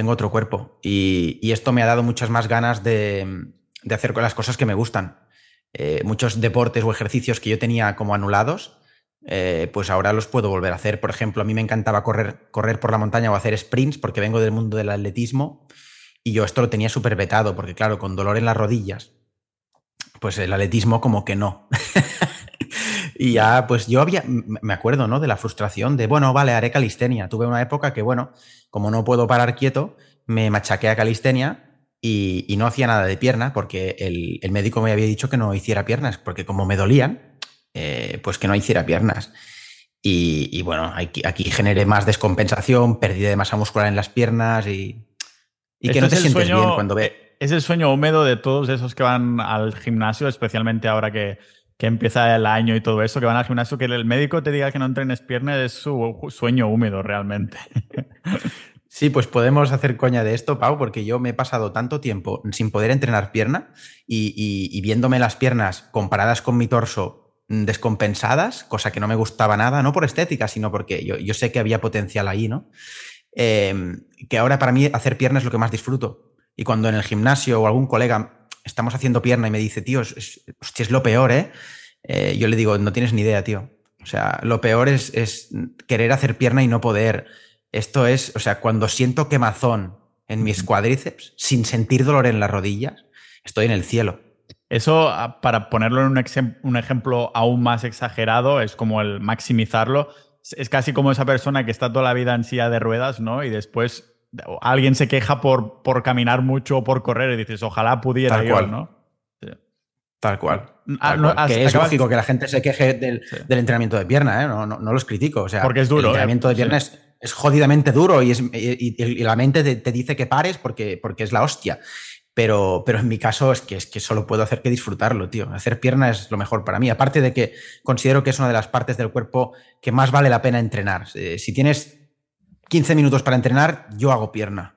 [SPEAKER 1] y esto me ha dado muchas más ganas de hacer las cosas que me gustan. Muchos deportes o ejercicios que yo tenía como anulados, pues ahora los puedo volver a hacer. Por ejemplo, a mí me encantaba correr por la montaña o hacer sprints porque vengo del mundo del atletismo y yo esto lo tenía súper vetado porque claro, con dolor en las rodillas, pues el atletismo como que no. Y ya, pues yo me acuerdo, ¿no? De la frustración de, bueno, vale, haré calistenia. Tuve una época que, bueno, como no puedo parar quieto, me machaqué a calistenia y no hacía nada de pierna porque el médico me había dicho que no hiciera piernas, porque como me dolían, pues que no hiciera piernas. Y bueno, aquí generé más descompensación, pérdida de masa muscular en las piernas y que
[SPEAKER 2] Esto
[SPEAKER 1] no
[SPEAKER 2] es
[SPEAKER 1] te
[SPEAKER 2] el
[SPEAKER 1] sientes bien
[SPEAKER 2] sueño,
[SPEAKER 1] cuando ve.
[SPEAKER 2] es el sueño húmedo de todos esos que van al gimnasio, especialmente ahora que empieza el año y todo eso, que van al gimnasio, que el médico te diga que no entrenes piernas es su sueño húmedo realmente.
[SPEAKER 1] Sí, pues podemos hacer coña de esto, Pau, porque yo me he pasado tanto tiempo sin poder entrenar pierna y viéndome las piernas comparadas con mi torso descompensadas, cosa que no me gustaba nada, no por estética, sino porque yo sé que había potencial ahí, ¿no? Que ahora para mí hacer pierna es lo que más disfruto. Y cuando en el gimnasio o algún colega estamos haciendo pierna y me dice, tío, hostia, es lo peor, ¿eh? Yo le digo, no tienes ni idea, tío. O sea, lo peor es querer hacer pierna y no poder. Esto es, o sea, cuando siento quemazón en mis cuádriceps, sin sentir dolor en las rodillas, estoy en el cielo.
[SPEAKER 2] Eso, para ponerlo en un ejemplo aún más exagerado, es como el maximizarlo. Es casi como esa persona que está toda la vida en silla de ruedas, ¿no? Y después alguien se queja por caminar mucho o por correr y dices, ojalá pudiera
[SPEAKER 1] Tal
[SPEAKER 2] yo,
[SPEAKER 1] cual.
[SPEAKER 2] ¿no? Sí.
[SPEAKER 1] Tal cual.
[SPEAKER 2] Ah,
[SPEAKER 1] Tal cual. Que es
[SPEAKER 2] acabas...
[SPEAKER 1] lógico que la gente se queje del,
[SPEAKER 2] Sí.
[SPEAKER 1] del entrenamiento de pierna, ¿eh? No los critico. O sea,
[SPEAKER 2] Porque es
[SPEAKER 1] el
[SPEAKER 2] duro, ¿eh?
[SPEAKER 1] entrenamiento de
[SPEAKER 2] Sí.
[SPEAKER 1] pierna es jodidamente duro y la mente te dice que pares porque es la hostia. Pero en mi caso es que solo puedo hacer que disfrutarlo, tío. Hacer pierna es lo mejor para mí. Aparte de que considero que es una de las partes del cuerpo que más vale la pena entrenar. Si tienes 15 minutos para entrenar, yo hago pierna.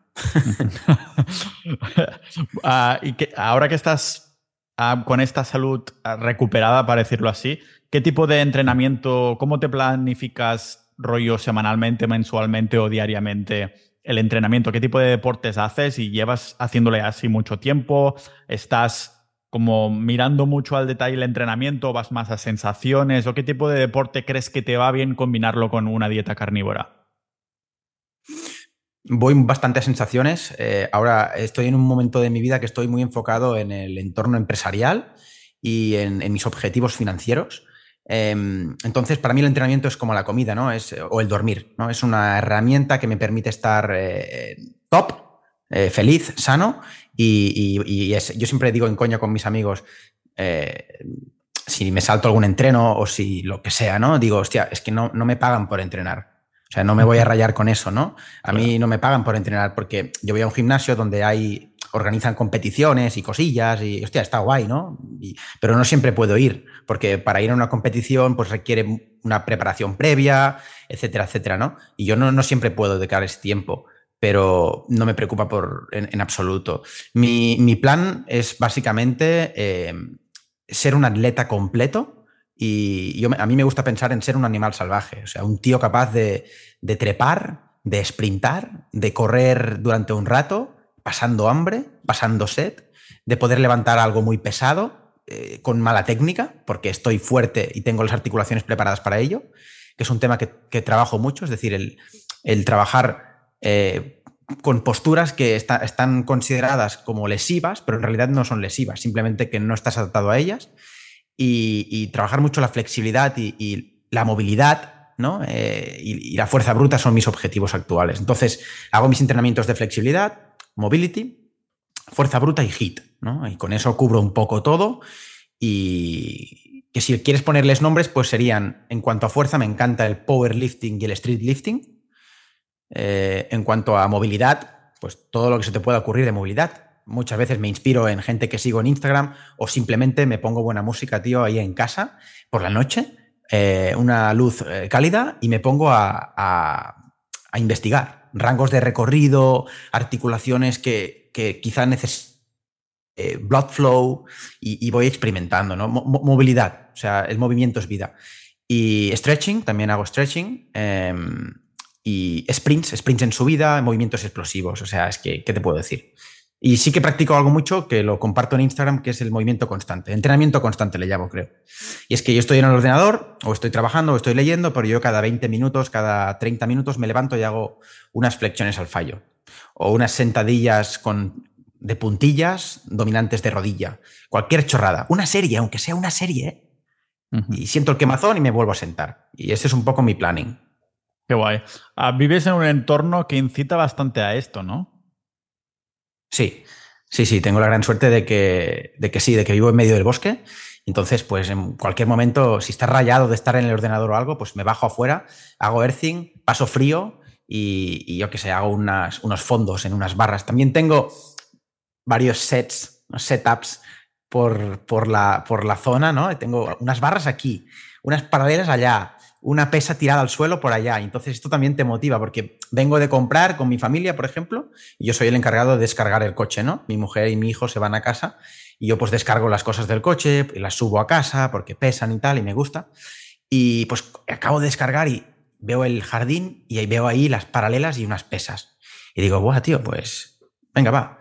[SPEAKER 2] Y que, ahora que estás con esta salud recuperada, para decirlo así, ¿qué tipo de entrenamiento, cómo te planificas rollo semanalmente, mensualmente o diariamente el entrenamiento? ¿Qué tipo de deportes haces y llevas haciéndole así mucho tiempo? ¿Estás como mirando mucho al detalle el entrenamiento? ¿Vas más a sensaciones? ¿O qué tipo de deporte crees que te va bien combinarlo con una dieta carnívora?
[SPEAKER 1] Voy bastante a sensaciones. Ahora estoy en un momento de mi vida que estoy muy enfocado en el entorno empresarial y en mis objetivos financieros. Entonces, para mí el entrenamiento es como la comida, ¿no? O el dormir, ¿no? Es una herramienta que me permite estar top, feliz, sano yo siempre digo en coña con mis amigos, eh, si me salto algún entreno o si lo que sea, ¿no? Digo, hostia, es que no me pagan por entrenar. O sea, no me voy a rayar con eso, ¿no? A mí no me pagan por entrenar porque yo voy a un gimnasio donde organizan competiciones y cosillas y, hostia, está guay, ¿no? Pero no siempre puedo ir porque para ir a una competición pues requiere una preparación previa, etcétera, etcétera, ¿no? Y yo no siempre puedo dedicar ese tiempo, pero no me preocupa en absoluto. Mi plan es básicamente ser un atleta completo. Y a mí me gusta pensar en ser un animal salvaje, o sea, un tío capaz de trepar, de sprintar, de correr durante un rato, pasando hambre, pasando sed, de poder levantar algo muy pesado, con mala técnica, porque estoy fuerte y tengo las articulaciones preparadas para ello, que es un tema que trabajo mucho, es decir, el trabajar con posturas que están consideradas como lesivas, pero en realidad no son lesivas, simplemente que no estás adaptado a ellas. Y trabajar mucho la flexibilidad y la movilidad, ¿no? Y la fuerza bruta son mis objetivos actuales. Entonces, hago mis entrenamientos de flexibilidad, mobility, fuerza bruta y HIIT, ¿no? Y con eso cubro un poco todo. Y que si quieres ponerles nombres, pues serían, en cuanto a fuerza, me encanta el powerlifting y el street lifting. En cuanto a movilidad, pues todo lo que se te pueda ocurrir de movilidad. Muchas veces me inspiro en gente que sigo en Instagram o simplemente me pongo buena música, tío, ahí en casa por la noche, una luz cálida y me pongo a investigar rangos de recorrido, articulaciones que quizás necesiten blood flow y voy experimentando, ¿no? Movilidad, o sea, el movimiento es vida. Y stretching, también hago stretching. y sprints en subida, movimientos explosivos. O sea, es que, ¿qué te puedo decir? Y sí que practico algo mucho que lo comparto en Instagram, que es el movimiento constante. Entrenamiento constante le llamo, creo. Y es que yo estoy en el ordenador, o estoy trabajando, o estoy leyendo, pero yo cada 20 minutos, cada 30 minutos me levanto y hago unas flexiones al fallo. O unas sentadillas de puntillas dominantes de rodilla. Cualquier chorrada. Una serie, aunque sea una serie, ¿eh? Y siento el quemazón y me vuelvo a sentar. Y ese es un poco mi planning.
[SPEAKER 2] Qué guay. Vives en un entorno que incita bastante a esto, ¿no?
[SPEAKER 1] Sí, sí, tengo la gran suerte de que vivo en medio del bosque. Entonces, pues en cualquier momento, si está rayado de estar en el ordenador o algo, pues me bajo afuera, hago earthing, paso frío y yo qué sé, hago unos fondos en unas barras. También tengo varios setups por la zona, ¿no? Tengo unas barras aquí, unas paralelas allá, una pesa tirada al suelo por allá. Entonces esto también te motiva porque vengo de comprar con mi familia, por ejemplo, y yo soy el encargado de descargar el coche, ¿no? Mi mujer y mi hijo se van a casa y yo pues descargo las cosas del coche y las subo a casa porque pesan y tal y me gusta. Y pues acabo de descargar y veo el jardín y ahí veo ahí las paralelas y unas pesas. Y digo, buah, tío, pues venga, va.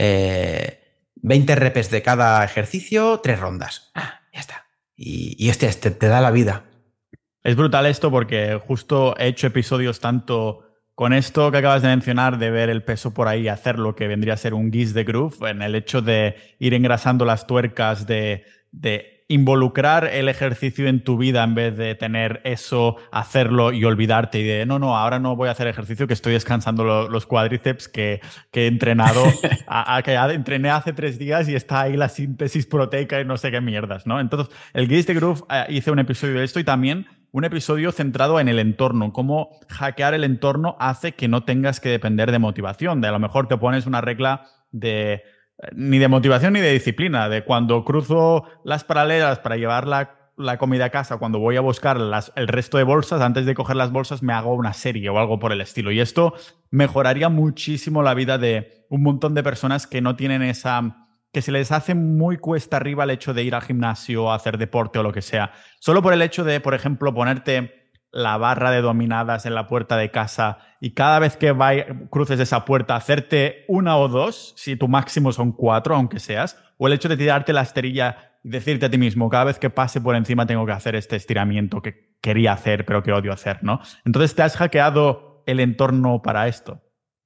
[SPEAKER 1] 20 repes de cada ejercicio, 3 rondas. Ya está. Y este te da la vida.
[SPEAKER 2] Es brutal esto porque justo he hecho episodios tanto con esto que acabas de mencionar, de ver el peso por ahí, hacer lo que vendría a ser un guise de groove, en el hecho de ir engrasando las tuercas, de involucrar el ejercicio en tu vida en vez de tener eso, hacerlo y olvidarte y de no, ahora no voy a hacer ejercicio que estoy descansando los cuádriceps que he entrenado, que entrené hace 3 días y está ahí la síntesis proteica y no sé qué mierdas, ¿no? Entonces, el guise de groove hice un episodio de esto y también un episodio centrado en el entorno, cómo hackear el entorno hace que no tengas que depender de motivación, de a lo mejor te pones una regla de ni de motivación ni de disciplina, de cuando cruzo las paralelas para llevar la comida a casa, cuando voy a buscar el resto de bolsas, antes de coger las bolsas me hago una serie o algo por el estilo. Y esto mejoraría muchísimo la vida de un montón de personas que no tienen que se les hace muy cuesta arriba el hecho de ir al gimnasio, hacer deporte o lo que sea. Solo por el hecho de, por ejemplo, ponerte la barra de dominadas en la puerta de casa y cada vez que cruces esa puerta hacerte 1 o 2, si tu máximo son 4, aunque seas, o el hecho de tirarte la esterilla y decirte a ti mismo, cada vez que pase por encima tengo que hacer este estiramiento que quería hacer pero que odio hacer, ¿no? Entonces te has hackeado el entorno para esto.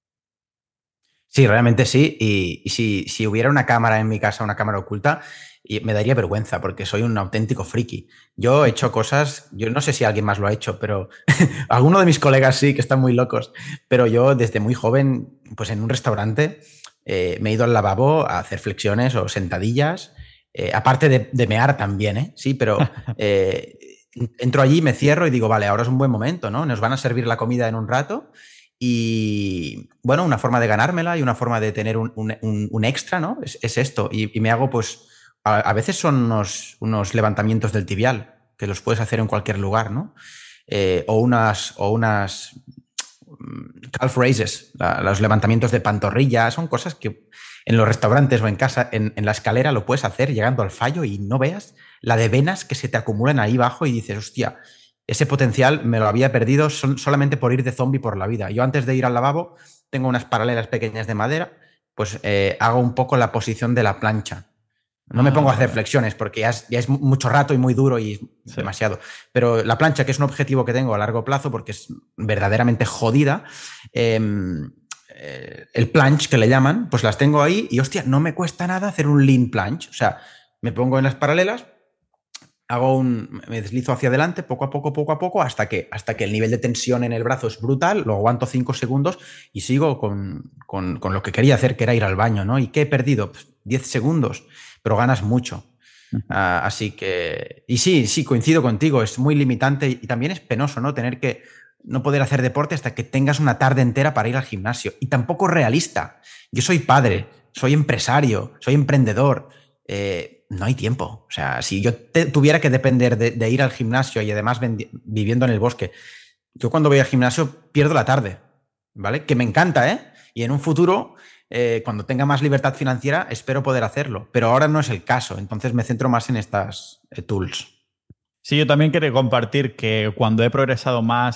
[SPEAKER 1] Sí, realmente sí. Y si hubiera una cámara en mi casa, una cámara oculta, me daría vergüenza porque soy un auténtico friki. Yo he hecho cosas, yo no sé si alguien más lo ha hecho, pero alguno de mis colegas sí, que están muy locos. Pero yo desde muy joven, pues en un restaurante, me he ido al lavabo a hacer flexiones o sentadillas, aparte de mear también, ¿eh? Sí, pero entro allí, me cierro y digo, vale, ahora es un buen momento, ¿no? Nos van a servir la comida en un rato. Y bueno, una forma de ganármela y una forma de tener un extra, ¿no? Es esto. Y me hago, pues, a veces son unos levantamientos del tibial, que los puedes hacer en cualquier lugar, ¿no? O unas calf raises, los levantamientos de pantorrilla, son cosas que en los restaurantes o en casa, en la escalera lo puedes hacer llegando al fallo y no veas la de venas que se te acumulan ahí abajo y dices, hostia, ese potencial me lo había perdido solamente por ir de zombie por la vida. Yo antes de ir al lavabo tengo unas paralelas pequeñas de madera, pues hago un poco la posición de la plancha. No me pongo a hacer flexiones porque ya es mucho rato y muy duro y demasiado. Pero la plancha, que es un objetivo que tengo a largo plazo porque es verdaderamente jodida, el planche que le llaman, pues las tengo ahí y hostia, no me cuesta nada hacer un lean planche. O sea, me pongo en las paralelas, me deslizo hacia adelante poco a poco, hasta que el nivel de tensión en el brazo es brutal, lo aguanto 5 segundos y sigo con lo que quería hacer, que era ir al baño, ¿no? ¿Y qué he perdido? Pues 10 segundos, pero ganas mucho. Así que... Y sí, coincido contigo, es muy limitante y también es penoso, ¿no? Tener que no poder hacer deporte hasta que tengas una tarde entera para ir al gimnasio. Y tampoco es realista. Yo soy padre, soy empresario, soy emprendedor. No hay tiempo. O sea, si yo tuviera que depender de ir al gimnasio y además viviendo en el bosque, yo cuando voy al gimnasio pierdo la tarde, ¿vale? Que me encanta, ¿eh? Y en un futuro, cuando tenga más libertad financiera, espero poder hacerlo. Pero ahora no es el caso. Entonces me centro más en estas tools.
[SPEAKER 2] Sí, yo también quería compartir que cuando he progresado más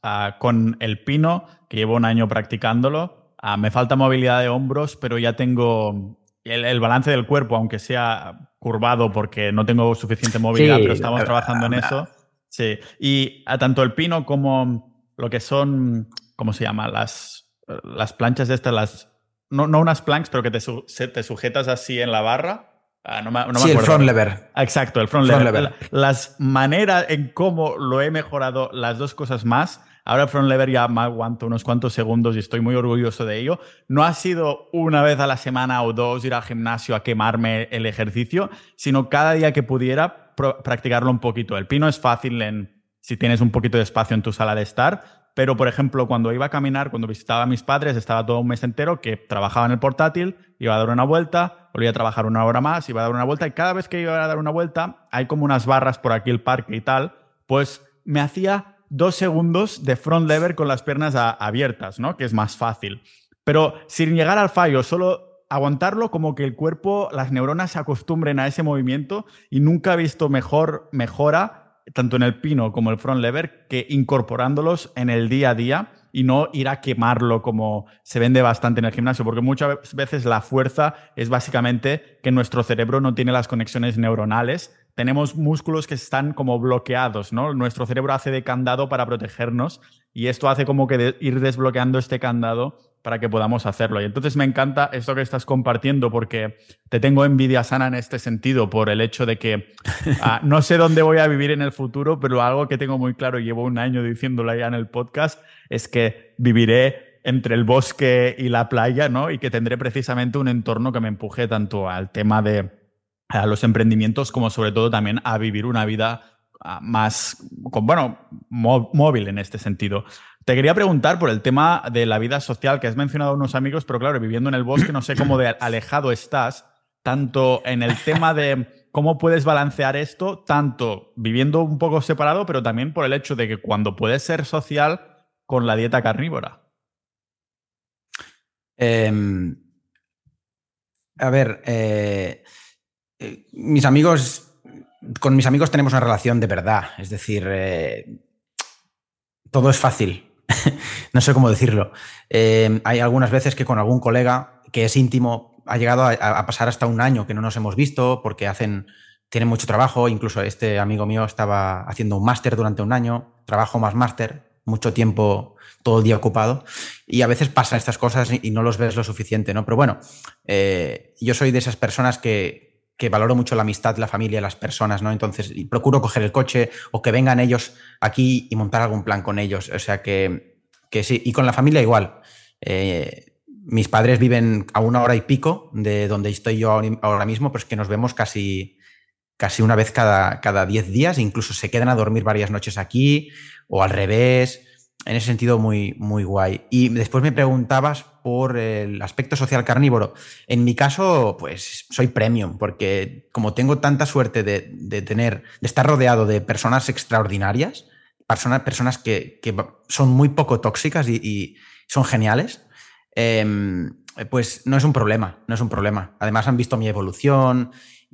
[SPEAKER 2] con el pino, que llevo un año practicándolo, me falta movilidad de hombros, pero ya tengo el balance del cuerpo, aunque sea curvado porque no tengo suficiente movilidad, pero
[SPEAKER 1] Sí,
[SPEAKER 2] estamos trabajando en eso. Sí, y tanto el pino como lo que son, ¿cómo se llama? Las planchas estas, no unas planks, pero que te sujetas así en la barra. No me
[SPEAKER 1] sí, el
[SPEAKER 2] acuerdo.
[SPEAKER 1] front lever.
[SPEAKER 2] Exacto, el front lever. Las maneras en cómo lo he mejorado, las dos cosas más. Ahora el front lever ya me aguanto unos cuantos segundos y estoy muy orgulloso de ello. No ha sido una vez a la semana o dos ir al gimnasio a quemarme el ejercicio, sino cada día que pudiera practicarlo un poquito. El pino es fácil si tienes un poquito de espacio en tu sala de estar, pero por ejemplo cuando iba a caminar, cuando visitaba a mis padres, estaba todo un mes entero que trabajaba en el portátil, iba a dar una vuelta, volvía a trabajar una hora más, iba a dar una vuelta y cada vez que iba a dar una vuelta, hay como unas barras por aquí el parque y tal, pues me hacía 2 segundos de front lever con las piernas abiertas, ¿no? Que es más fácil. Pero sin llegar al fallo, solo aguantarlo como que el cuerpo, las neuronas se acostumbren a ese movimiento y nunca he visto mejora tanto en el pino como el front lever que incorporándolos en el día a día y no ir a quemarlo como se vende bastante en el gimnasio, porque muchas veces la fuerza es básicamente que nuestro cerebro no tiene las conexiones neuronales. Tenemos músculos que están como bloqueados, ¿no? Nuestro cerebro hace de candado para protegernos y esto hace como que ir desbloqueando este candado para que podamos hacerlo. Y entonces me encanta esto que estás compartiendo porque te tengo envidia sana en este sentido por el hecho de que no sé dónde voy a vivir en el futuro, pero algo que tengo muy claro y llevo un año diciéndolo ya en el podcast es que viviré entre el bosque y la playa, ¿no? Y que tendré precisamente un entorno que me empuje tanto al tema de a los emprendimientos como sobre todo también a vivir una vida más, móvil en este sentido. Te quería preguntar por el tema de la vida social, que has mencionado a unos amigos, pero claro, viviendo en el bosque no sé cómo de alejado estás, tanto en el tema de cómo puedes balancear esto, tanto viviendo un poco separado, pero también por el hecho de que cuando puedes ser social con la dieta carnívora.
[SPEAKER 1] A ver, con mis amigos tenemos una relación de verdad, es decir, todo es fácil, no sé cómo decirlo. Hay algunas veces que con algún colega que es íntimo ha llegado a pasar hasta un año que no nos hemos visto porque tienen mucho trabajo, incluso este amigo mío estaba haciendo un máster durante un año, trabajo más máster, mucho tiempo, todo el día ocupado, y a veces pasan estas cosas y no los ves lo suficiente, ¿no? Pero bueno, yo soy de esas personas que valoro mucho la amistad, la familia, las personas, ¿no? Entonces procuro coger el coche o que vengan ellos aquí y montar algún plan con ellos. O sea que sí, y con la familia igual. Mis padres viven a 1 hora y pico de donde estoy yo ahora mismo, pero es que nos vemos casi una vez cada 10 días, incluso se quedan a dormir varias noches aquí o al revés. En ese sentido, muy, muy guay. Y después me preguntabas por el aspecto social carnívoro. En mi caso, pues soy premium, porque como tengo tanta suerte de estar rodeado de personas extraordinarias, personas que son muy poco tóxicas y son geniales, pues no es un problema, no es un problema. Además han visto mi evolución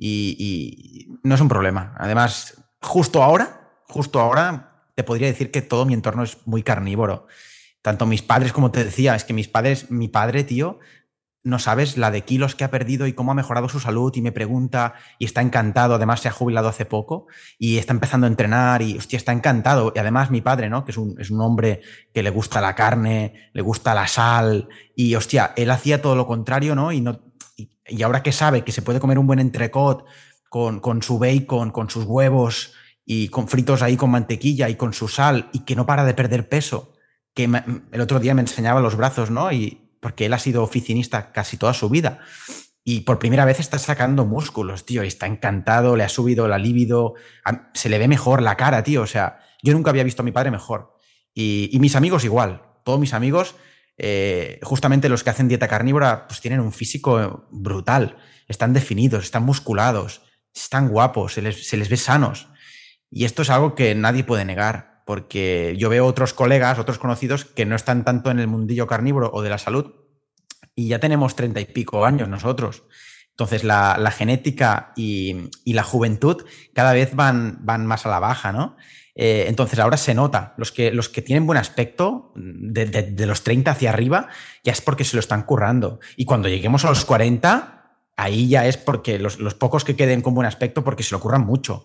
[SPEAKER 1] y no es un problema. Además, justo ahora te podría decir que todo mi entorno es muy carnívoro. Tanto mis padres, como te decía, es que mi padre, tío, no sabes la de kilos que ha perdido y cómo ha mejorado su salud y me pregunta y está encantado. Además, se ha jubilado hace poco y está empezando a entrenar y, hostia, está encantado. Y además mi padre, ¿no? Que es un hombre que le gusta la carne, le gusta la sal y, hostia, él hacía todo lo contrario, ¿no? Y ahora que sabe que se puede comer un buen entrecot con su bacon, con sus huevos y con fritos ahí con mantequilla y con su sal y que no para de perder peso, que el otro día me enseñaba los brazos, ¿no? Y porque él ha sido oficinista casi toda su vida y por primera vez está sacando músculos, tío, y está encantado, le ha subido la libido, se le ve mejor la cara, tío, o sea, yo nunca había visto a mi padre mejor y mis amigos igual, todos mis amigos, justamente los que hacen dieta carnívora, pues tienen un físico brutal, están definidos, están musculados, están guapos, se les ve sanos. Y esto es algo que nadie puede negar, porque yo veo otros colegas, otros conocidos que no están tanto en el mundillo carnívoro o de la salud y ya tenemos 30 y pico años nosotros. Entonces, la genética y la juventud cada vez van más a la baja, ¿no? Entonces, ahora se nota. Los que tienen buen aspecto, de los 30 hacia arriba, ya es porque se lo están currando. Y cuando lleguemos a los 40, ahí ya es porque los pocos que queden con buen aspecto, porque se lo curran mucho.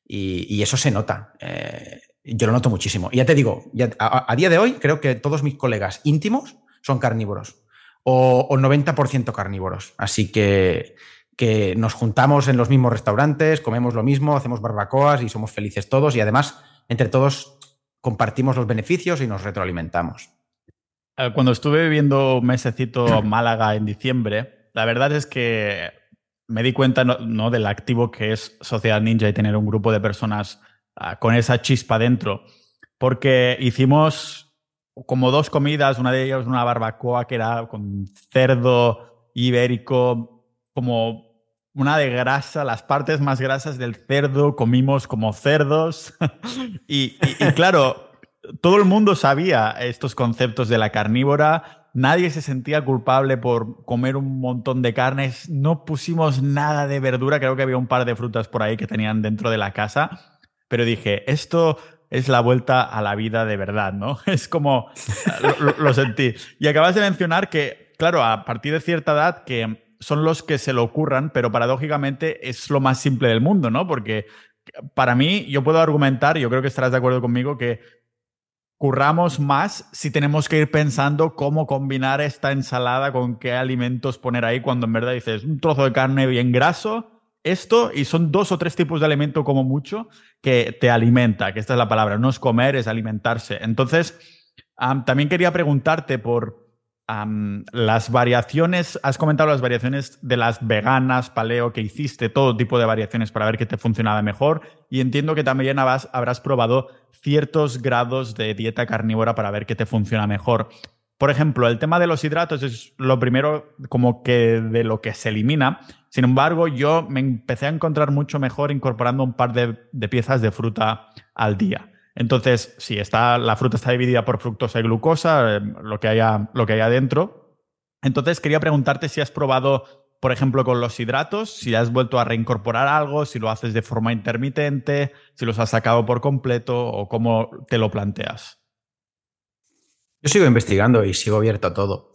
[SPEAKER 1] Y eso se nota. Yo lo noto muchísimo. Y ya te digo, a día de hoy, creo que todos mis colegas íntimos son carnívoros. O 90% carnívoros. Así que nos juntamos en los mismos restaurantes, comemos lo mismo, hacemos barbacoas y somos felices todos. Y además, entre todos, compartimos los beneficios y nos retroalimentamos.
[SPEAKER 2] Cuando estuve viviendo un mesecito en Málaga en diciembre, la verdad es que me di cuenta ¿no? del activo que es Sociedad Ninja y tener un grupo de personas con esa chispa dentro. Porque hicimos como 2 comidas, una de ellas una barbacoa que era con cerdo ibérico, como una de grasa, las partes más grasas del cerdo, comimos como cerdos. y claro, todo el mundo sabía estos conceptos de la carnívora, nadie se sentía culpable por comer un montón de carnes, no pusimos nada de verdura, creo que había un par de frutas por ahí que tenían dentro de la casa, pero dije, esto es la vuelta a la vida de verdad, ¿no? Es como, lo sentí. Y acabas de mencionar que, claro, a partir de cierta edad, que son los que se lo ocurran, pero paradójicamente es lo más simple del mundo, ¿no? Porque para mí, yo puedo argumentar, yo creo que estarás de acuerdo conmigo, que curramos más si tenemos que ir pensando cómo combinar esta ensalada con qué alimentos poner ahí, cuando en verdad dices un trozo de carne bien graso, esto, y son 2 o 3 tipos de alimento como mucho que te alimenta, que esta es la palabra, no es comer, es alimentarse. Entonces, también quería preguntarte por las variaciones, has comentado las variaciones de las veganas, paleo, que hiciste, todo tipo de variaciones para ver qué te funcionaba mejor, y entiendo que también habrás probado ciertos grados de dieta carnívora para ver qué te funciona mejor. Por ejemplo, el tema de los hidratos es lo primero como que de lo que se elimina. Sin embargo, yo me empecé a encontrar mucho mejor incorporando un par de piezas de fruta al día. Entonces, sí, la fruta está dividida por fructosa y glucosa, lo que haya dentro. Entonces, quería preguntarte si has probado, por ejemplo, con los hidratos, si has vuelto a reincorporar algo, si lo haces de forma intermitente, si los has sacado por completo o cómo te lo planteas.
[SPEAKER 1] Yo sigo investigando y sigo abierto a todo.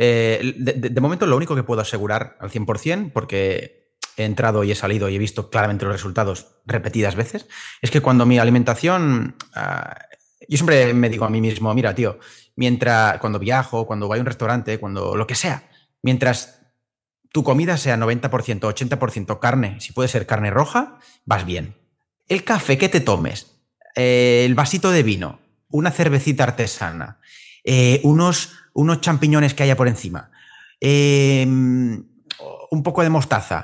[SPEAKER 1] De momento, lo único que puedo asegurar al 100%, porque he entrado y he salido y he visto claramente los resultados repetidas veces, es que cuando mi alimentación... yo siempre me digo a mí mismo, mira, tío, cuando viajo, cuando voy a un restaurante, cuando lo que sea, mientras tu comida sea 90%, 80% carne, si puede ser carne roja, vas bien. El café que te tomes, el vasito de vino, una cervecita artesana, unos champiñones que haya por encima, un poco de mostaza.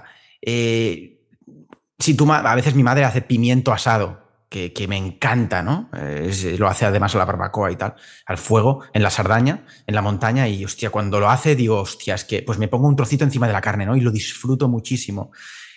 [SPEAKER 1] A veces mi madre hace pimiento asado, que me encanta, ¿no? Lo hace además a la barbacoa y tal, al fuego, en la Sardaña, en la montaña, y hostia, cuando lo hace digo, hostia, es que pues me pongo un trocito encima de la carne, ¿no? Y lo disfruto muchísimo.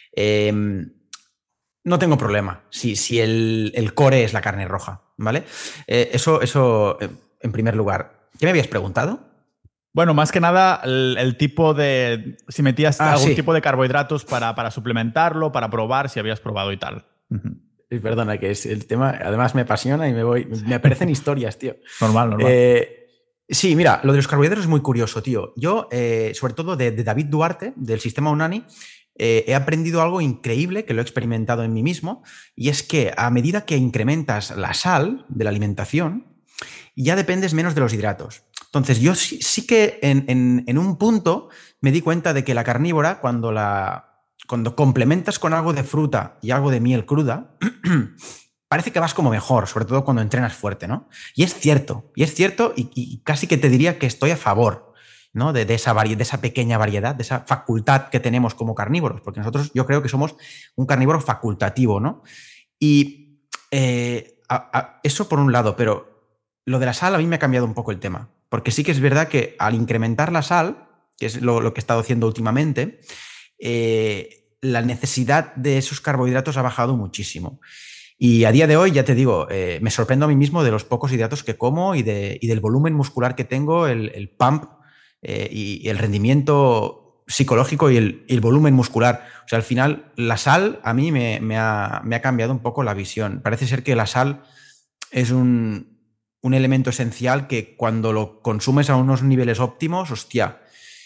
[SPEAKER 1] No tengo problema si el core es la carne roja, ¿vale? Eso en primer lugar. ¿Qué me habías preguntado?
[SPEAKER 2] Bueno, más que nada el tipo de... Si metías algún tipo de carbohidratos para suplementarlo, para probar, si habías probado y tal.
[SPEAKER 1] Perdona, que es el tema, además me apasiona y me aparecen historias, tío.
[SPEAKER 2] Normal.
[SPEAKER 1] Sí, mira, lo de los carbohidratos es muy curioso, tío. Yo, sobre todo de David Duarte, del sistema Unani, he aprendido algo increíble que lo he experimentado en mí mismo, y es que a medida que incrementas la sal de la alimentación, ya dependes menos de los hidratos. Entonces, yo sí que en un punto me di cuenta de que la carnívora, cuando complementas con algo de fruta y algo de miel cruda, parece que vas como mejor, sobre todo cuando entrenas fuerte, ¿no? Y es cierto, y casi que te diría que estoy a favor, ¿no? de esa pequeña variedad, de esa facultad que tenemos como carnívoros, porque nosotros yo creo que somos un carnívoro facultativo, ¿no? Y eso por un lado, pero lo de la sal a mí me ha cambiado un poco el tema, porque sí que es verdad que al incrementar la sal, que es lo que he estado haciendo últimamente, la necesidad de esos carbohidratos ha bajado muchísimo. Y a día de hoy, ya te digo, me sorprendo a mí mismo de los pocos hidratos que como y del volumen muscular que tengo, el pump y el rendimiento psicológico y el volumen muscular. O sea, al final, la sal a mí me ha cambiado un poco la visión. Parece ser que la sal es un elemento esencial que cuando lo consumes a unos niveles óptimos, hostia,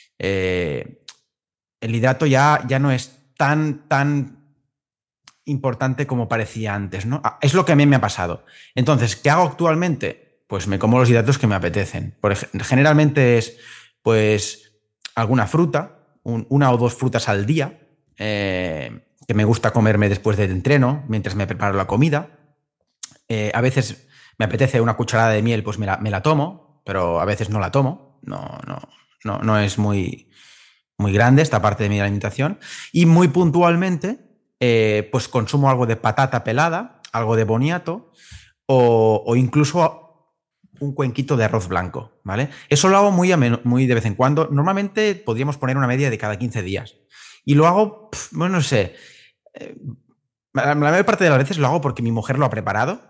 [SPEAKER 1] el hidrato ya no es tan importante como parecía antes, ¿no? Es lo que a mí me ha pasado. Entonces, ¿qué hago actualmente? Pues me como los hidratos que me apetecen. Generalmente es, pues, alguna fruta, una o dos frutas al día, que me gusta comerme después del entreno, mientras me preparo la comida. A veces me apetece una cucharada de miel, pues me la tomo, pero a veces no la tomo. No es muy grande esta parte de mi alimentación. Y muy puntualmente, pues consumo algo de patata pelada, algo de boniato o incluso un cuenquito de arroz blanco, ¿vale? Eso lo hago muy de vez en cuando. Normalmente podríamos poner una media de cada 15 días. Y lo hago, bueno, no sé, la mayor parte de las veces lo hago porque mi mujer lo ha preparado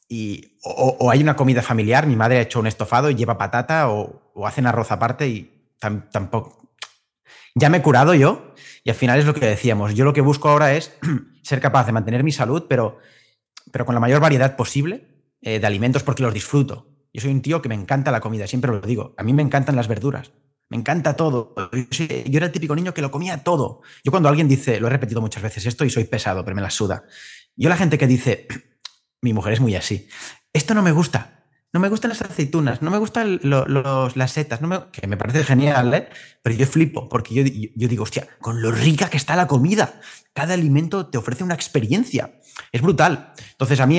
[SPEAKER 1] o hay una comida familiar, mi madre ha hecho un estofado y lleva patata o hacen arroz aparte y tampoco... Ya me he curado yo y al final es lo que decíamos. Yo lo que busco ahora es ser capaz de mantener mi salud, pero con la mayor variedad posible de alimentos porque los disfruto. Yo soy un tío que me encanta la comida, siempre lo digo. A mí me encantan las verduras, me encanta todo. Yo era el típico niño que lo comía todo. Yo cuando alguien dice, lo he repetido muchas veces esto y soy pesado, pero me la suda. Yo la gente que dice, mi mujer es muy así, esto no me gusta. No me gustan las aceitunas, no me gustan las setas, que me parece genial, ¿eh? Pero yo flipo, porque yo digo, hostia, con lo rica que está la comida, cada alimento te ofrece una experiencia. Es brutal. Entonces a mí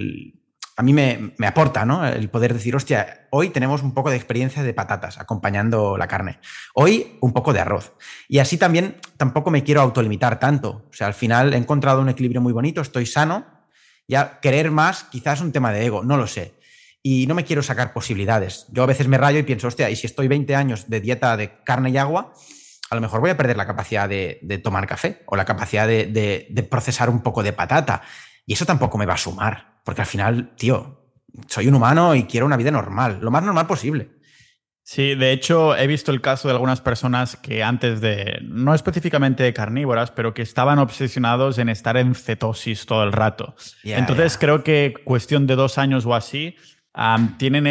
[SPEAKER 1] a mí me aporta, ¿no? El poder decir, hostia, hoy tenemos un poco de experiencia de patatas acompañando la carne. Hoy un poco de arroz. Y así también tampoco me quiero autolimitar tanto. O sea, al final he encontrado un equilibrio muy bonito, estoy sano. Ya querer más quizás es un tema de ego, no lo sé. Y no me quiero sacar posibilidades. Yo a veces me rayo y pienso, hostia, y si estoy 20 años de dieta de carne y agua, a lo mejor voy a perder la capacidad de tomar café o la capacidad de procesar un poco de patata. Y eso tampoco me va a sumar, porque al final, tío, soy un humano y quiero una vida normal, lo más normal posible.
[SPEAKER 2] Sí, de hecho he visto el caso de algunas personas que antes de, no específicamente carnívoras, pero que estaban obsesionados en estar en cetosis todo el rato. Entonces creo que cuestión de 2 años o así, tienen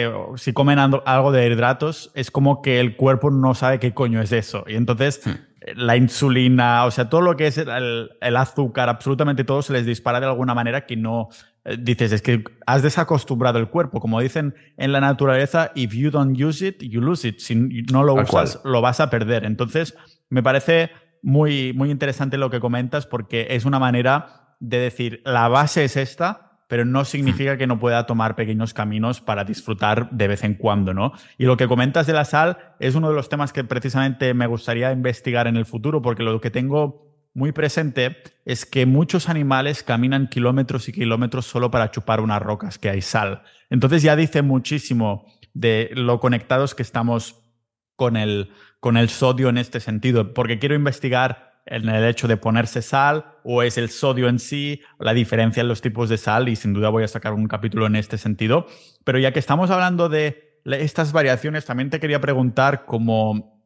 [SPEAKER 2] si comen algo de hidratos, es como que el cuerpo no sabe qué coño es eso. Y entonces la insulina, o sea, todo lo que es el azúcar, absolutamente todo se les dispara de alguna manera que no... Dices, es que has desacostumbrado el cuerpo. Como dicen en la naturaleza, if you don't use it, you lose it. Si no lo usas, lo vas a perder. Entonces, me parece muy, muy interesante lo que comentas porque es una manera de decir, la base es esta, pero no significa que no pueda tomar pequeños caminos para disfrutar de vez en cuando, ¿no? Y lo que comentas de la sal es uno de los temas que precisamente me gustaría investigar en el futuro, porque lo que tengo muy presente es que muchos animales caminan kilómetros y kilómetros solo para chupar unas rocas que hay sal. Entonces ya dice muchísimo de lo conectados que estamos con el sodio en este sentido, porque quiero investigar en el hecho de ponerse sal o es el sodio en sí, la diferencia en los tipos de sal y sin duda voy a sacar un capítulo en este sentido. Pero ya que estamos hablando de estas variaciones, también te quería preguntar como